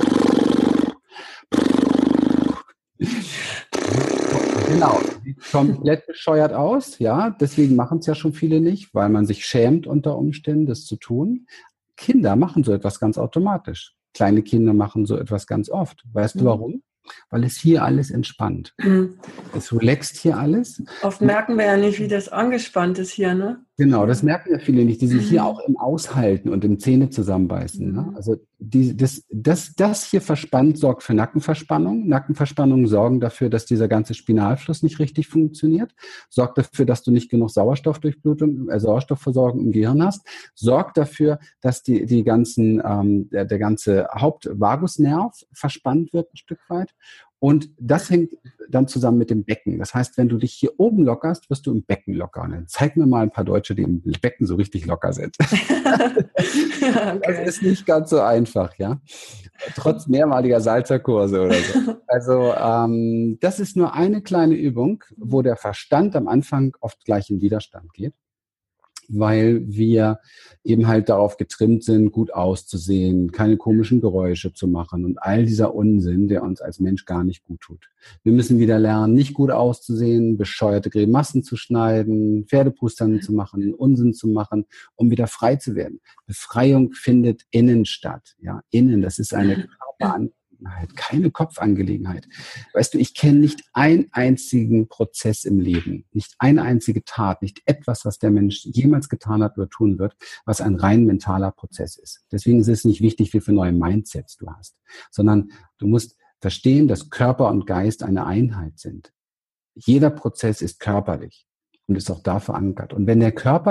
Genau, sieht komplett bescheuert aus, ja, deswegen machen es ja schon viele nicht, weil man sich schämt unter Umständen, das zu tun. Kinder machen so etwas ganz automatisch. Kleine Kinder machen so etwas ganz oft. Weißt mhm. du warum? Weil es hier alles entspannt. Mhm. Es relaxt hier alles. Oft merken wir ja nicht, wie das angespannt ist hier, ne? Genau, das merken ja viele nicht. Die sind mhm. hier auch im Aushalten und im Zähne zusammenbeißen. Mhm. Ne? Also die, das, das, das hier verspannt, sorgt für Nackenverspannung. Nackenverspannungen sorgen dafür, dass dieser ganze Spinalfluss nicht richtig funktioniert. Sorgt dafür, dass du nicht genug Sauerstoffdurchblutung, äh, Sauerstoffversorgung im Gehirn hast. Sorgt dafür, dass die, die ganzen, ähm, der, der ganze Hauptvagusnerv verspannt wird ein Stück weit. Und das hängt dann zusammen mit dem Becken. Das heißt, wenn du dich hier oben lockerst, wirst du im Becken locker. Und dann zeig mir mal ein paar Deutsche, die im Becken so richtig locker sind. Okay. Das ist nicht ganz so einfach, ja. Trotz mehrmaliger Salzerkurse oder so. Also ähm, das ist nur eine kleine Übung, wo der Verstand am Anfang oft gleich in Widerstand geht, weil wir eben halt darauf getrimmt sind, gut auszusehen, keine komischen Geräusche zu machen und all dieser Unsinn, der uns als Mensch gar nicht gut tut. Wir müssen wieder lernen, nicht gut auszusehen, bescheuerte Grimassen zu schneiden, Pferdepustern zu machen, Unsinn zu machen, um wieder frei zu werden. Befreiung findet innen statt. Ja, innen, das ist eine Körperangelegenheit, keine Kopfangelegenheit. Weißt du, ich kenne nicht einen einzigen Prozess im Leben, nicht eine einzige Tat, nicht etwas, was der Mensch jemals getan hat oder tun wird, was ein rein mentaler Prozess ist. Deswegen ist es nicht wichtig, wie viele neue Mindsets du hast, sondern du musst verstehen, dass Körper und Geist eine Einheit sind. Jeder Prozess ist körperlich und ist auch da verankert. Und wenn der Körper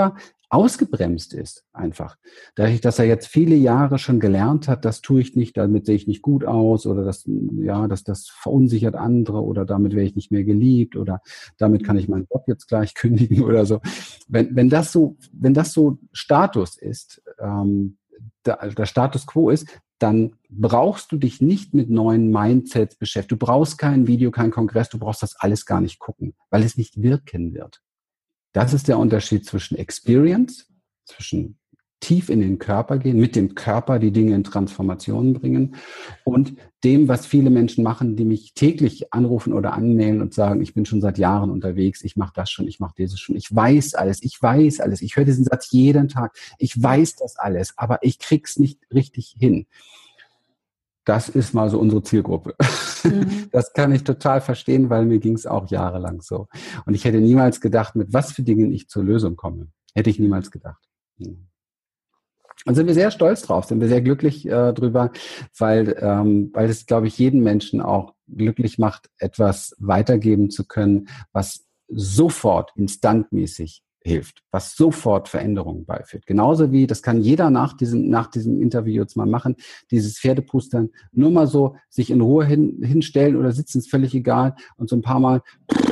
ausgebremst ist einfach. Dadurch, dass er jetzt viele Jahre schon gelernt hat, das tue ich nicht, damit sehe ich nicht gut aus oder das, ja, dass das verunsichert andere oder damit werde ich nicht mehr geliebt oder damit kann ich meinen Job jetzt gleich kündigen oder so. Wenn, wenn das so, wenn das so Status ist, ähm, der, der Status quo ist, dann brauchst du dich nicht mit neuen Mindsets beschäftigen. Du brauchst kein Video, kein Kongress, du brauchst das alles gar nicht gucken, weil es nicht wirken wird. Das ist der Unterschied zwischen Experience, zwischen tief in den Körper gehen, mit dem Körper die Dinge in Transformationen bringen und dem, was viele Menschen machen, die mich täglich anrufen oder anmailen und sagen, ich bin schon seit Jahren unterwegs, ich mache das schon, ich mache dieses schon, ich weiß alles, ich weiß alles, ich höre diesen Satz jeden Tag, ich weiß das alles, aber ich krieg's nicht richtig hin. Das ist mal so unsere Zielgruppe. Mhm. Das kann ich total verstehen, weil mir ging es auch jahrelang so. Und ich hätte niemals gedacht, mit was für Dingen ich zur Lösung komme. Hätte ich niemals gedacht. Und sind wir sehr stolz drauf, sind wir sehr glücklich äh, drüber, weil, ähm, weil es, glaube ich, jeden Menschen auch glücklich macht, etwas weitergeben zu können, was sofort instantmäßig hilft, was sofort Veränderungen beiführt. Genauso wie, das kann jeder nach diesem, nach diesem Interview jetzt mal machen, dieses Pferdepustern, nur mal so sich in Ruhe hin, hinstellen oder sitzen, ist völlig egal und so ein paar Mal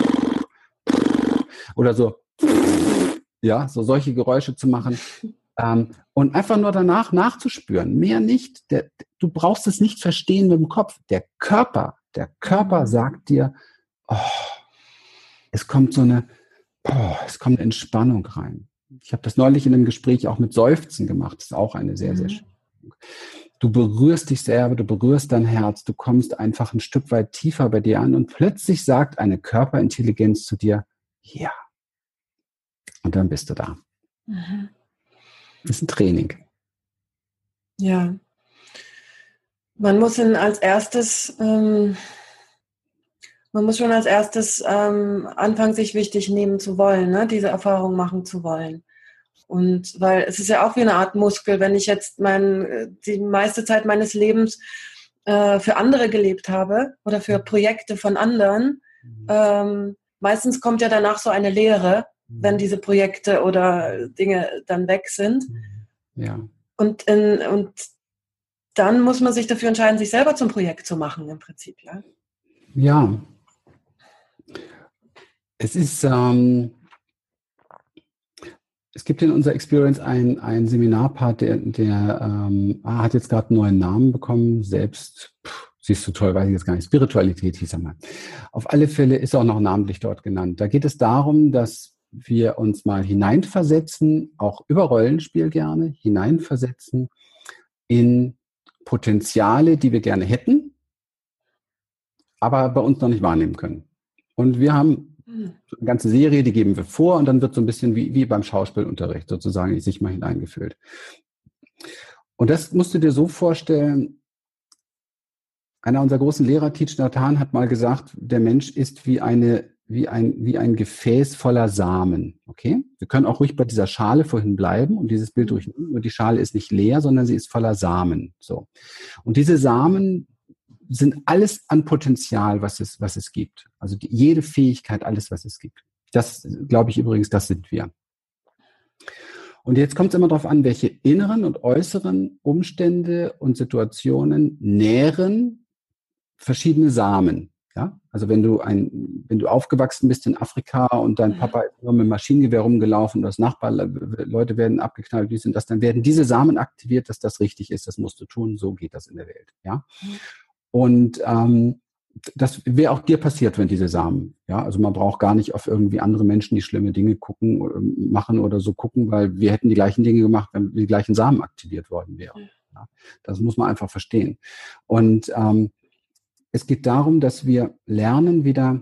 oder so, ja, so solche Geräusche zu machen ähm, und einfach nur danach nachzuspüren, mehr nicht. Der, du brauchst es nicht verstehen mit dem Kopf. Der Körper, der Körper sagt dir, oh, es kommt so eine Oh, es kommt eine Entspannung rein. Ich habe das neulich in einem Gespräch auch mit Seufzen gemacht. Das ist auch eine sehr, sehr schöne Übung. Du berührst dich selber, du berührst dein Herz, du kommst einfach ein Stück weit tiefer bei dir an und plötzlich sagt eine Körperintelligenz zu dir, ja. Und dann bist du da. Mhm. Das ist ein Training. Ja. Man muss ihn als erstes... Ähm Man muss schon als erstes ähm, anfangen, sich wichtig nehmen zu wollen, ne? Diese Erfahrung machen zu wollen. Und weil es ist ja auch wie eine Art Muskel, wenn ich jetzt mein, die meiste Zeit meines Lebens äh, für andere gelebt habe oder für Projekte von anderen, ähm, meistens kommt ja danach so eine Leere, wenn diese Projekte oder Dinge dann weg sind. Ja. Und, in, und dann muss man sich dafür entscheiden, sich selber zum Projekt zu machen im Prinzip, ja. Ja. Es ist, ähm, es gibt in unserer Experience einen, einen Seminarpart, der, der ähm, ah, hat jetzt gerade einen neuen Namen bekommen, selbst, pff, siehst du toll, weiß ich jetzt gar nicht, Spiritualität hieß er mal. Auf alle Fälle ist er auch noch namentlich dort genannt. Da geht es darum, dass wir uns mal hineinversetzen, auch über Rollenspiel gerne, hineinversetzen in Potenziale, die wir gerne hätten, aber bei uns noch nicht wahrnehmen können. Und wir haben eine ganze Serie, die geben wir vor und dann wird so ein bisschen wie, wie beim Schauspielunterricht sozusagen sich mal hineingefühlt. Und das musst du dir so vorstellen, einer unserer großen Lehrer, Thich Nhat Hanh, hat mal gesagt, der Mensch ist wie eine, wie ein, wie ein Gefäß voller Samen. Okay? Wir können auch ruhig bei dieser Schale vorhin bleiben und dieses Bild durchnehmen. Und die Schale ist nicht leer, sondern sie ist voller Samen. So. Und diese Samen sind alles an Potenzial, was es, was es gibt. Also die, jede Fähigkeit, alles, was es gibt. Das glaube ich übrigens, das sind wir. Und jetzt kommt es immer darauf an, welche inneren und äußeren Umstände und Situationen nähren verschiedene Samen. Ja? Also wenn du ein, wenn du aufgewachsen bist in Afrika und dein Papa ist immer mit dem Maschinengewehr rumgelaufen und das Nachbarleute werden abgeknallt, wie sind das, dann werden diese Samen aktiviert, dass das richtig ist, das musst du tun, so geht das in der Welt. Ja? Und ähm, das wäre auch dir passiert, wenn diese Samen, ja, also man braucht gar nicht auf irgendwie andere Menschen, die schlimme Dinge gucken, oder machen oder so gucken, weil wir hätten die gleichen Dinge gemacht, wenn die gleichen Samen aktiviert worden wären. Ja, das muss man einfach verstehen. Und ähm, es geht darum, dass wir lernen, wieder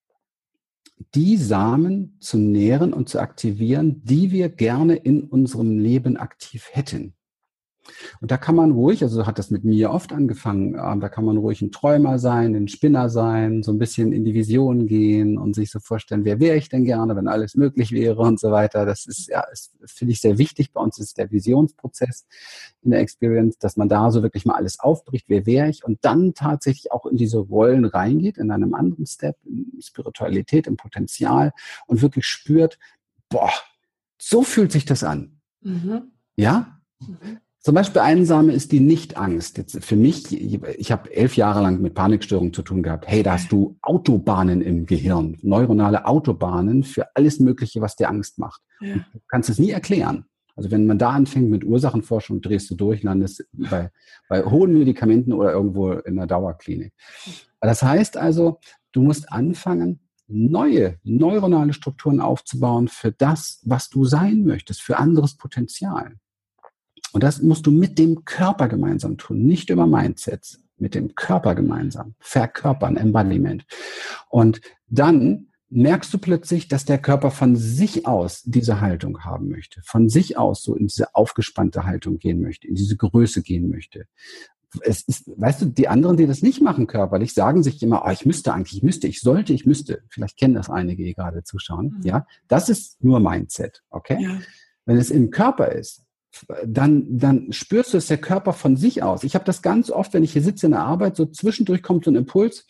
die Samen zu nähren und zu aktivieren, die wir gerne in unserem Leben aktiv hätten. Und da kann man ruhig, also hat das mit mir oft angefangen, äh, da kann man ruhig ein Träumer sein, ein Spinner sein, so ein bisschen in die Vision gehen und sich so vorstellen, wer wäre ich denn gerne, wenn alles möglich wäre und so weiter. Das ist, ja, ist, finde ich sehr wichtig. Bei uns ist der Visionsprozess in der Experience, dass man da so wirklich mal alles aufbricht, wer wäre ich, und dann tatsächlich auch in diese Rollen reingeht, in einem anderen Step, in Spiritualität, im Potenzial und wirklich spürt, boah, So fühlt sich das an. Mhm. Ja? Mhm. Zum Beispiel Einsame ist die Nicht-Angst. Jetzt für mich, ich habe elf Jahre lang mit Panikstörungen zu tun gehabt. Hey, da hast du Autobahnen im Gehirn, neuronale Autobahnen für alles Mögliche, was dir Angst macht. Ja. Und du kannst es nie erklären. Also wenn man da anfängt mit Ursachenforschung, drehst du durch, landest bei, bei hohen Medikamenten oder irgendwo in der Dauerklinik. Das heißt also, du musst anfangen, neue neuronale Strukturen aufzubauen für das, was du sein möchtest, für anderes Potenzial. Und das musst du mit dem Körper gemeinsam tun, nicht über Mindsets, mit dem Körper gemeinsam, verkörpern, Embodiment. Und dann merkst du plötzlich, dass der Körper von sich aus diese Haltung haben möchte, von sich aus so in diese aufgespannte Haltung gehen möchte, in diese Größe gehen möchte. Es ist, weißt du, die anderen, die das nicht machen körperlich, sagen sich immer, oh, ich müsste eigentlich, ich müsste, ich sollte, ich müsste. Vielleicht kennen das einige, die gerade zuschauen. Mhm. Ja, das ist nur Mindset, okay? Ja. Wenn es im Körper ist, dann, dann spürst du es der Körper von sich aus. Ich habe das ganz oft, wenn ich hier sitze in der Arbeit, so zwischendurch kommt so ein Impuls,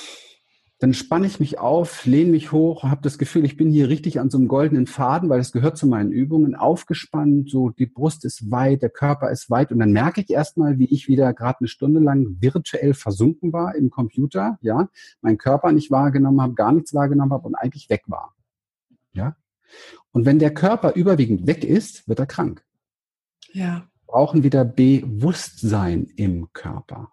dann spanne ich mich auf, lehne mich hoch, habe das Gefühl, ich bin hier richtig an so einem goldenen Faden, weil es gehört zu meinen Übungen, aufgespannt, so die Brust ist weit, der Körper ist weit und dann merke ich erstmal, wie ich wieder gerade eine Stunde lang virtuell versunken war im Computer, ja, meinen Körper nicht wahrgenommen habe, gar nichts wahrgenommen habe und eigentlich weg war. Ja? Und wenn der Körper überwiegend weg ist, wird er krank. Ja. Wir brauchen wieder Bewusstsein im Körper.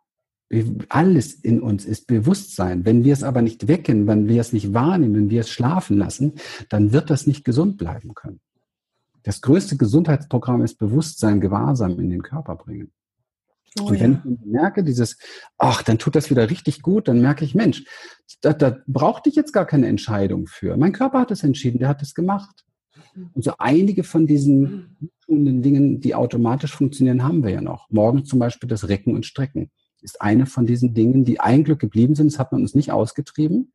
Alles in uns ist Bewusstsein. Wenn wir es aber nicht wecken, wenn wir es nicht wahrnehmen, wenn wir es schlafen lassen, dann wird das nicht gesund bleiben können. Das größte Gesundheitsprogramm ist Bewusstsein, Gewahrsam in den Körper bringen. Oh, und wenn ja. ich merke, dieses, ach, dann tut das wieder richtig gut, dann merke ich, Mensch, da, da brauchte ich jetzt gar keine Entscheidung für. Mein Körper hat es entschieden, der hat es gemacht. Und so einige von diesen tuenden Dingen, die automatisch funktionieren, haben wir ja noch. Morgen zum Beispiel das Recken und Strecken ist eine von diesen Dingen, die ein Glück geblieben sind. Das hat man uns nicht ausgetrieben.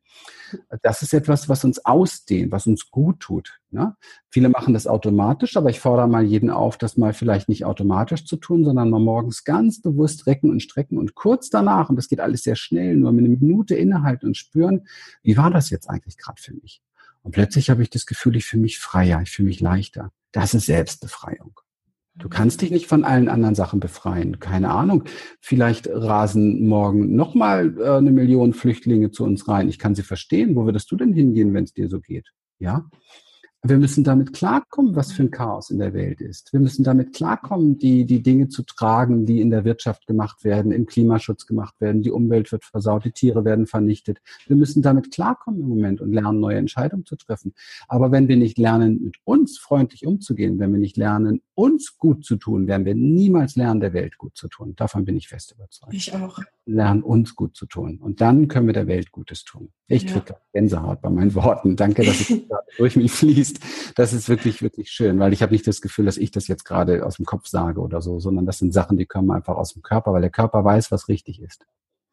Das ist etwas, was uns ausdehnt, was uns gut tut. Ne? Viele machen das automatisch, aber ich fordere mal jeden auf, das mal vielleicht nicht automatisch zu tun, sondern mal morgens ganz bewusst recken und strecken und kurz danach, und das geht alles sehr schnell, nur mit einer Minute innehalten und spüren, wie war das jetzt eigentlich gerade für mich? Und plötzlich habe ich das Gefühl, ich fühle mich freier, ich fühle mich leichter. Das ist Selbstbefreiung. Du kannst dich nicht von allen anderen Sachen befreien. Keine Ahnung. Vielleicht rasen morgen nochmal äh, eine Million Flüchtlinge zu uns rein. Ich kann sie verstehen. Wo würdest du denn hingehen, wenn es dir so geht? Ja? Wir müssen damit klarkommen, was für ein Chaos in der Welt ist. Wir müssen damit klarkommen, die, die Dinge zu tragen, die in der Wirtschaft gemacht werden, im Klimaschutz gemacht werden. Die Umwelt wird versaut, die Tiere werden vernichtet. Wir müssen damit klarkommen im Moment und lernen, neue Entscheidungen zu treffen. Aber wenn wir nicht lernen, mit uns freundlich umzugehen, wenn wir nicht lernen, uns gut zu tun, werden wir niemals lernen, der Welt gut zu tun. Davon bin ich fest überzeugt. Ich auch. Lernen, uns gut zu tun. Und dann können wir der Welt Gutes tun. Ich kriege ja. Gänsehaut bei meinen Worten. Danke, dass es durch mich fließt. Das ist wirklich, wirklich schön, weil ich habe nicht das Gefühl, dass ich das jetzt gerade aus dem Kopf sage oder so, sondern das sind Sachen, die kommen einfach aus dem Körper, weil der Körper weiß, was richtig ist.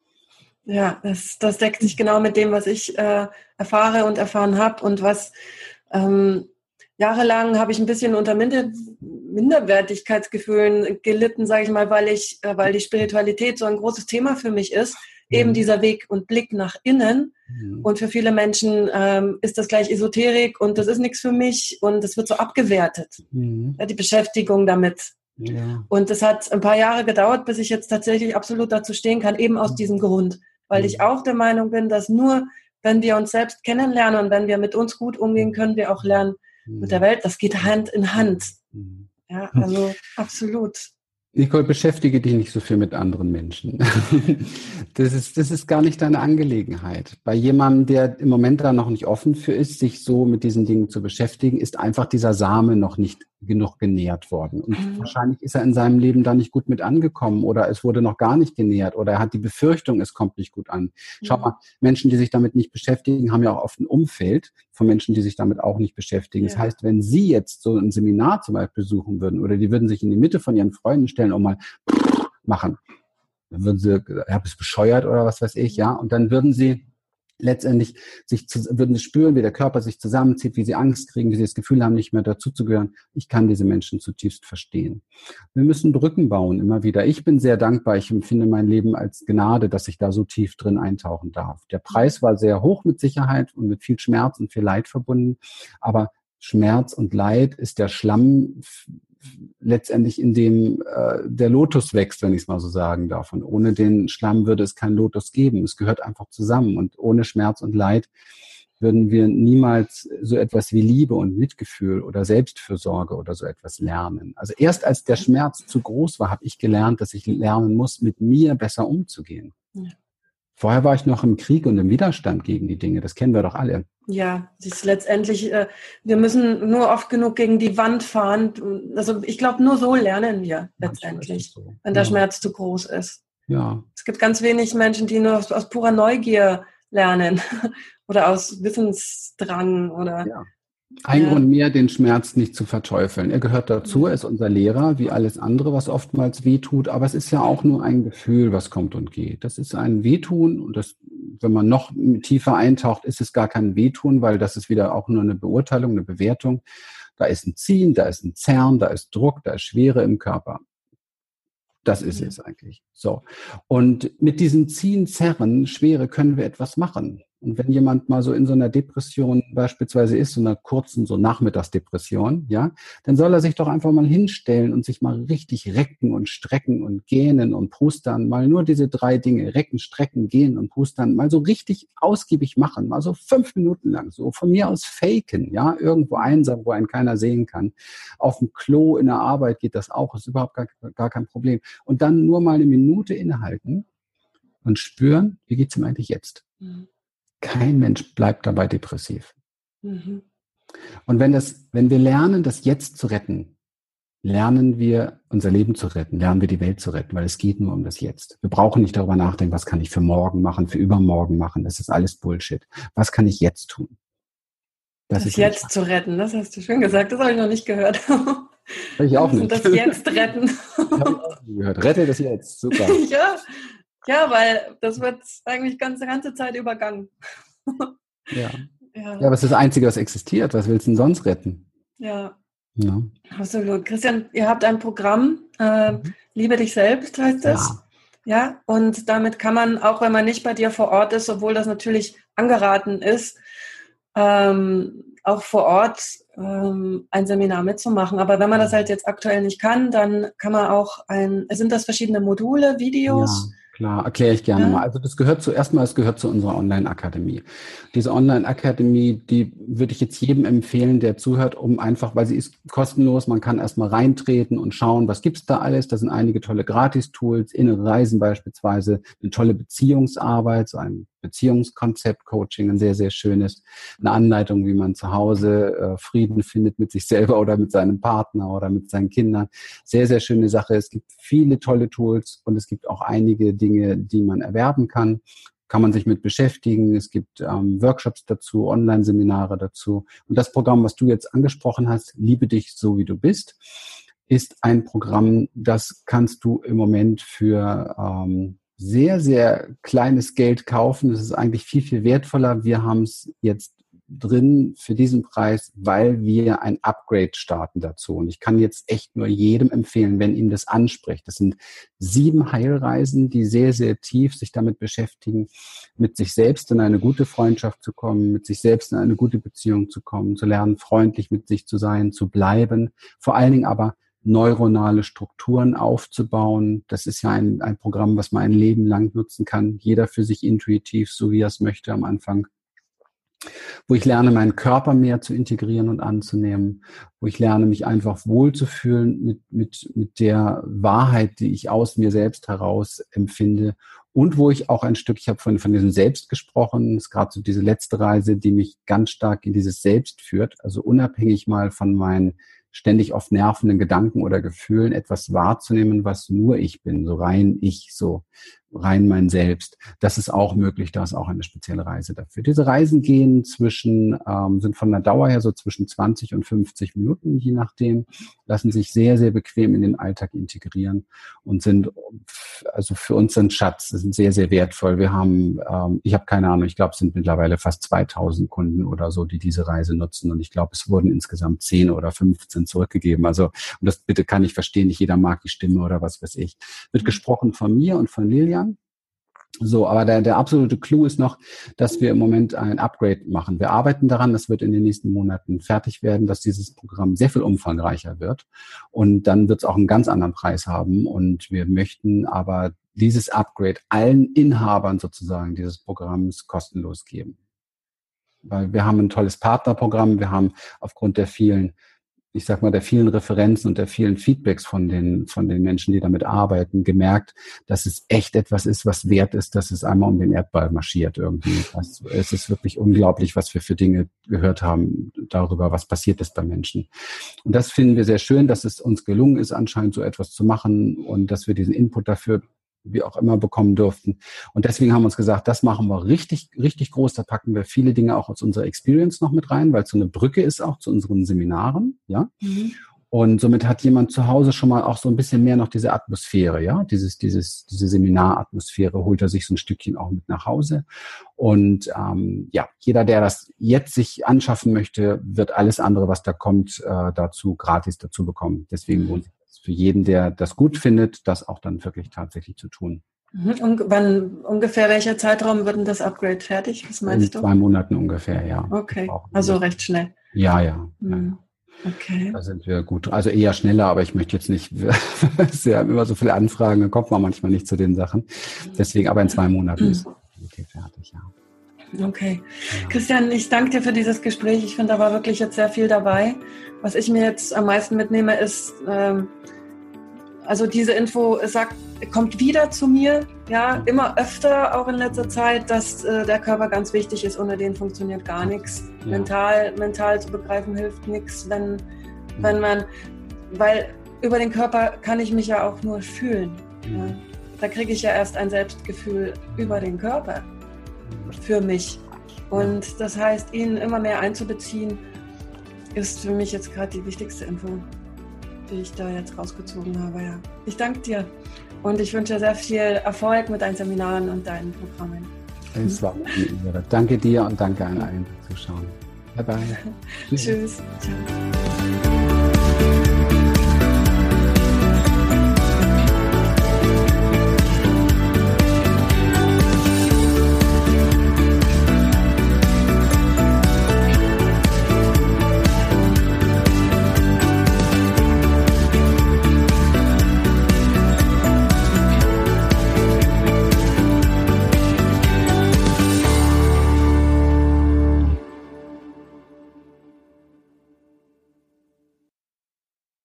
Ja, das, das deckt sich genau mit dem, was ich äh, erfahre und erfahren habe und was ähm, jahrelang habe ich ein bisschen unter Minder, Minderwertigkeitsgefühlen gelitten, sage ich mal, weil ich, äh, weil die Spiritualität so ein großes Thema für mich ist. Eben dieser Weg und Blick nach innen. Mhm. Und für viele Menschen ähm, ist das gleich Esoterik und das ist nichts für mich und das wird so abgewertet. Mhm. Ja, die Beschäftigung damit. Ja. Und es hat ein paar Jahre gedauert, bis ich jetzt tatsächlich absolut dazu stehen kann, eben aus mhm. diesem Grund. Weil mhm. ich auch der Meinung bin, dass nur, wenn wir uns selbst kennenlernen und wenn wir mit uns gut umgehen, können wir auch lernen mhm. mit der Welt. Das geht Hand in Hand. Mhm. Ja, also absolut. Nicole, beschäftige dich nicht so viel mit anderen Menschen. Das ist, das ist gar nicht deine Angelegenheit. Bei jemandem, der im Moment da noch nicht offen für ist, sich so mit diesen Dingen zu beschäftigen, ist einfach dieser Same noch nicht genug genährt worden. Und mhm. wahrscheinlich ist er in seinem Leben da nicht gut mit angekommen oder es wurde noch gar nicht genährt oder er hat die Befürchtung, es kommt nicht gut an. Mhm. Schau mal, Menschen, die sich damit nicht beschäftigen, haben ja auch oft ein Umfeld von Menschen, die sich damit auch nicht beschäftigen. Ja. Das heißt, wenn Sie jetzt so ein Seminar zum Beispiel besuchen würden oder die würden sich in die Mitte von Ihren Freunden stellen und mal machen, dann würden Sie, ja, bist bescheuert oder was weiß ich, ja, und dann würden Sie letztendlich sich zu, würden sie spüren, wie der Körper sich zusammenzieht, wie sie Angst kriegen, wie sie das Gefühl haben, nicht mehr dazuzugehören. Ich kann diese Menschen zutiefst verstehen. Wir müssen Brücken bauen, immer wieder. Ich bin sehr dankbar. Ich empfinde mein Leben als Gnade, dass ich da so tief drin eintauchen darf. Der Preis war sehr hoch mit Sicherheit und mit viel Schmerz und viel Leid verbunden. Aber Schmerz und Leid ist der Schlamm f- letztendlich, in dem äh, der Lotus wächst, wenn ich es mal so sagen darf. Und ohne den Schlamm würde es keinen Lotus geben. Es gehört einfach zusammen. Und ohne Schmerz und Leid würden wir niemals so etwas wie Liebe und Mitgefühl oder Selbstfürsorge oder so etwas lernen. Also erst als der Schmerz zu groß war, habe ich gelernt, dass ich lernen muss, mit mir besser umzugehen. Ja. Vorher war ich noch im Krieg und im Widerstand gegen die Dinge. Das kennen wir doch alle. Ja, es ist letztendlich, äh, wir müssen nur oft genug gegen die Wand fahren. Also ich glaube, nur so lernen wir letztendlich, so. wenn der Ja. Schmerz zu groß ist. Ja. Es gibt ganz wenig Menschen, die nur aus, aus purer Neugier lernen oder aus Wissensdrang oder Ja. Ein ja. Grund mehr, den Schmerz nicht zu verteufeln. Er gehört dazu, er ist unser Lehrer, wie alles andere, was oftmals wehtut. Aber es ist ja auch nur ein Gefühl, was kommt und geht. Das ist ein Wehtun und das, wenn man noch tiefer eintaucht, ist es gar kein Wehtun, weil das ist wieder auch nur eine Beurteilung, eine Bewertung. Da ist ein Ziehen, da ist ein Zerren, da ist Druck, da ist Schwere im Körper. Das ist es eigentlich. So. Und mit diesen Ziehen, Zerren, Schwere können wir etwas machen. Und wenn jemand mal so in so einer Depression beispielsweise ist, so einer kurzen, so Nachmittagsdepression, ja, dann soll er sich doch einfach mal hinstellen und sich mal richtig recken und strecken und gähnen und pustern. Mal nur diese drei Dinge, recken, strecken, gähnen und pustern, mal so richtig ausgiebig machen, mal so fünf Minuten lang, so von mir aus faken, ja, irgendwo einsam, wo einen keiner sehen kann. Auf dem Klo in der Arbeit geht das auch, ist überhaupt gar, gar kein Problem. Und dann nur mal eine Minute innehalten und spüren, wie geht's ihm eigentlich jetzt? Mhm. Kein Mensch bleibt dabei depressiv. Mhm. Und wenn das, wenn wir lernen, das Jetzt zu retten, lernen wir unser Leben zu retten, lernen wir die Welt zu retten, weil es geht nur um das Jetzt. Wir brauchen nicht darüber nachdenken, was kann ich für morgen machen, für übermorgen machen. Das ist alles Bullshit. Was kann ich jetzt tun? Das, das Jetzt zu retten, das hast du schön gesagt. Das habe ich noch nicht gehört. Ich auch nicht. Das Jetzt retten. Das habe ich auch nicht gehört. Rette das Jetzt. Super. Ja. Ja, weil das wird eigentlich ganz, die ganze Zeit übergangen. Ja. Ja, aber es ist das Einzige, was existiert. Was willst du denn sonst retten? Ja. Ja. Absolut. Christian, ihr habt ein Programm, äh, mhm. Liebe dich selbst heißt es. Ja. Ja. Und damit kann man, auch wenn man nicht bei dir vor Ort ist, obwohl das natürlich angeraten ist, ähm, auch vor Ort ähm, ein Seminar mitzumachen. Aber wenn man das halt jetzt aktuell nicht kann, dann kann man auch ein, sind das verschiedene Module, Videos? Ja. Klar, erkläre ich gerne ja. mal. Also das gehört zuerst mal, es gehört zu unserer Online-Akademie. Diese Online-Akademie, die würde ich jetzt jedem empfehlen, der zuhört, um einfach, weil sie ist kostenlos, man kann erstmal reintreten und schauen, was gibt's da alles. Da sind einige tolle Gratis-Tools, innere Reisen beispielsweise, eine tolle Beziehungsarbeit, so ein Beziehungskonzept-Coaching, ein sehr, sehr schönes, eine Anleitung, wie man zu Hause äh, Frieden findet mit sich selber oder mit seinem Partner oder mit seinen Kindern. Sehr, sehr schöne Sache. Es gibt viele tolle Tools und es gibt auch einige Dinge, die man erwerben kann. Kann man sich mit beschäftigen. Es gibt ähm, Workshops dazu, Online-Seminare dazu. Und das Programm, was du jetzt angesprochen hast, Liebe dich so, wie du bist, ist ein Programm, das kannst du im Moment für ähm, sehr, sehr kleines Geld kaufen. Das ist eigentlich viel, viel wertvoller. Wir haben es jetzt drin für diesen Preis, weil wir ein Upgrade starten dazu. Und ich kann jetzt echt nur jedem empfehlen, wenn ihm das anspricht. Das sind sieben Heilreisen, die sehr, sehr tief sich damit beschäftigen, mit sich selbst in eine gute Freundschaft zu kommen, mit sich selbst in eine gute Beziehung zu kommen, zu lernen, freundlich mit sich zu sein, zu bleiben. Vor allen Dingen aber neuronale Strukturen aufzubauen. Das ist ja ein, ein Programm, was man ein Leben lang nutzen kann. Jeder für sich intuitiv, so wie er es möchte am Anfang. Wo ich lerne, meinen Körper mehr zu integrieren und anzunehmen, wo ich lerne, mich einfach wohlzufühlen mit, mit, mit der Wahrheit, die ich aus mir selbst heraus empfinde und wo ich auch ein Stück, ich habe von, von diesem Selbst gesprochen, das ist gerade so diese letzte Reise, die mich ganz stark in dieses Selbst führt, also unabhängig mal von meinen ständig oft nervenden Gedanken oder Gefühlen etwas wahrzunehmen, was nur ich bin, so rein ich, so rein mein Selbst. Das ist auch möglich, da ist auch eine spezielle Reise dafür. Diese Reisen gehen zwischen, ähm, sind von der Dauer her so zwischen zwanzig und fünfzig Minuten, je nachdem, lassen sich sehr, sehr bequem in den Alltag integrieren und sind, also für uns ein Schatz, sind sehr, sehr wertvoll. Wir haben, ähm, ich habe keine Ahnung, ich glaube, es sind mittlerweile fast zweitausend Kunden oder so, die diese Reise nutzen und ich glaube, es wurden insgesamt zehn oder fünfzehn zurückgegeben. Also, und das bitte kann ich verstehen, nicht jeder mag die Stimme oder was weiß ich. Wird gesprochen von mir und von Lilian. So, aber der, der absolute Clou ist noch, dass wir im Moment ein Upgrade machen. Wir arbeiten daran, das wird in den nächsten Monaten fertig werden, dass dieses Programm sehr viel umfangreicher wird. Und dann wird es auch einen ganz anderen Preis haben. Und wir möchten aber dieses Upgrade allen Inhabern sozusagen dieses Programms kostenlos geben. Weil wir haben ein tolles Partnerprogramm, wir haben aufgrund der vielen ich sag mal, der vielen Referenzen und der vielen Feedbacks von den, von den Menschen, die damit arbeiten, gemerkt, dass es echt etwas ist, was wert ist, dass es einmal um den Erdball marschiert irgendwie. Also es ist wirklich unglaublich, was wir für Dinge gehört haben darüber, was passiert ist bei Menschen. Und das finden wir sehr schön, dass es uns gelungen ist, anscheinend so etwas zu machen und dass wir diesen Input dafür wie auch immer bekommen durften. Und deswegen haben wir uns gesagt, das machen wir richtig, richtig groß. Da packen wir viele Dinge auch aus unserer Experience noch mit rein, weil es so eine Brücke ist auch zu unseren Seminaren, ja. Mhm. Und somit hat jemand zu Hause schon mal auch so ein bisschen mehr noch diese Atmosphäre, ja, dieses, dieses, diese Seminaratmosphäre holt er sich so ein Stückchen auch mit nach Hause. Und ähm, ja, jeder, der das jetzt sich anschaffen möchte, wird alles andere, was da kommt, äh, dazu gratis dazu bekommen. Deswegen lohnt sich für jeden, der das gut findet, das auch dann wirklich tatsächlich zu tun. Und wann ungefähr welcher Zeitraum wird denn das Upgrade fertig? Was meinst In du? In zwei Monaten ungefähr, ja. Okay, also recht schnell. Ja, ja. Mhm. ja. Okay. Da sind wir gut. Also eher schneller, aber ich möchte jetzt nicht, wir haben immer so viele Anfragen, da kommt man manchmal nicht zu den Sachen. Deswegen, aber in zwei Monaten mhm. ist es fertig, ja. Okay. Ja. Christian, ich danke dir für dieses Gespräch. Ich finde, da war wirklich jetzt sehr viel dabei. Was ich mir jetzt am meisten mitnehme, ist, ähm, also diese Info sagt, kommt wieder zu mir, ja, immer öfter, auch in letzter Zeit, dass äh, der Körper ganz wichtig ist, ohne den funktioniert gar nichts. Ja. Mental, mental zu begreifen hilft nichts, wenn, wenn man, weil über den Körper kann ich mich ja auch nur fühlen. Ja. Ja. Da kriege ich ja erst ein Selbstgefühl über den Körper für mich. Und das heißt, ihn immer mehr einzubeziehen, ist für mich jetzt gerade die wichtigste Info, die ich da jetzt rausgezogen habe. Ja. Ich danke dir und ich wünsche dir sehr viel Erfolg mit deinen Seminaren und deinen Programmen. Es war eine Ehre. Danke dir und danke an allen, die zuschauen. Bye bye. Tschüss. Ciao.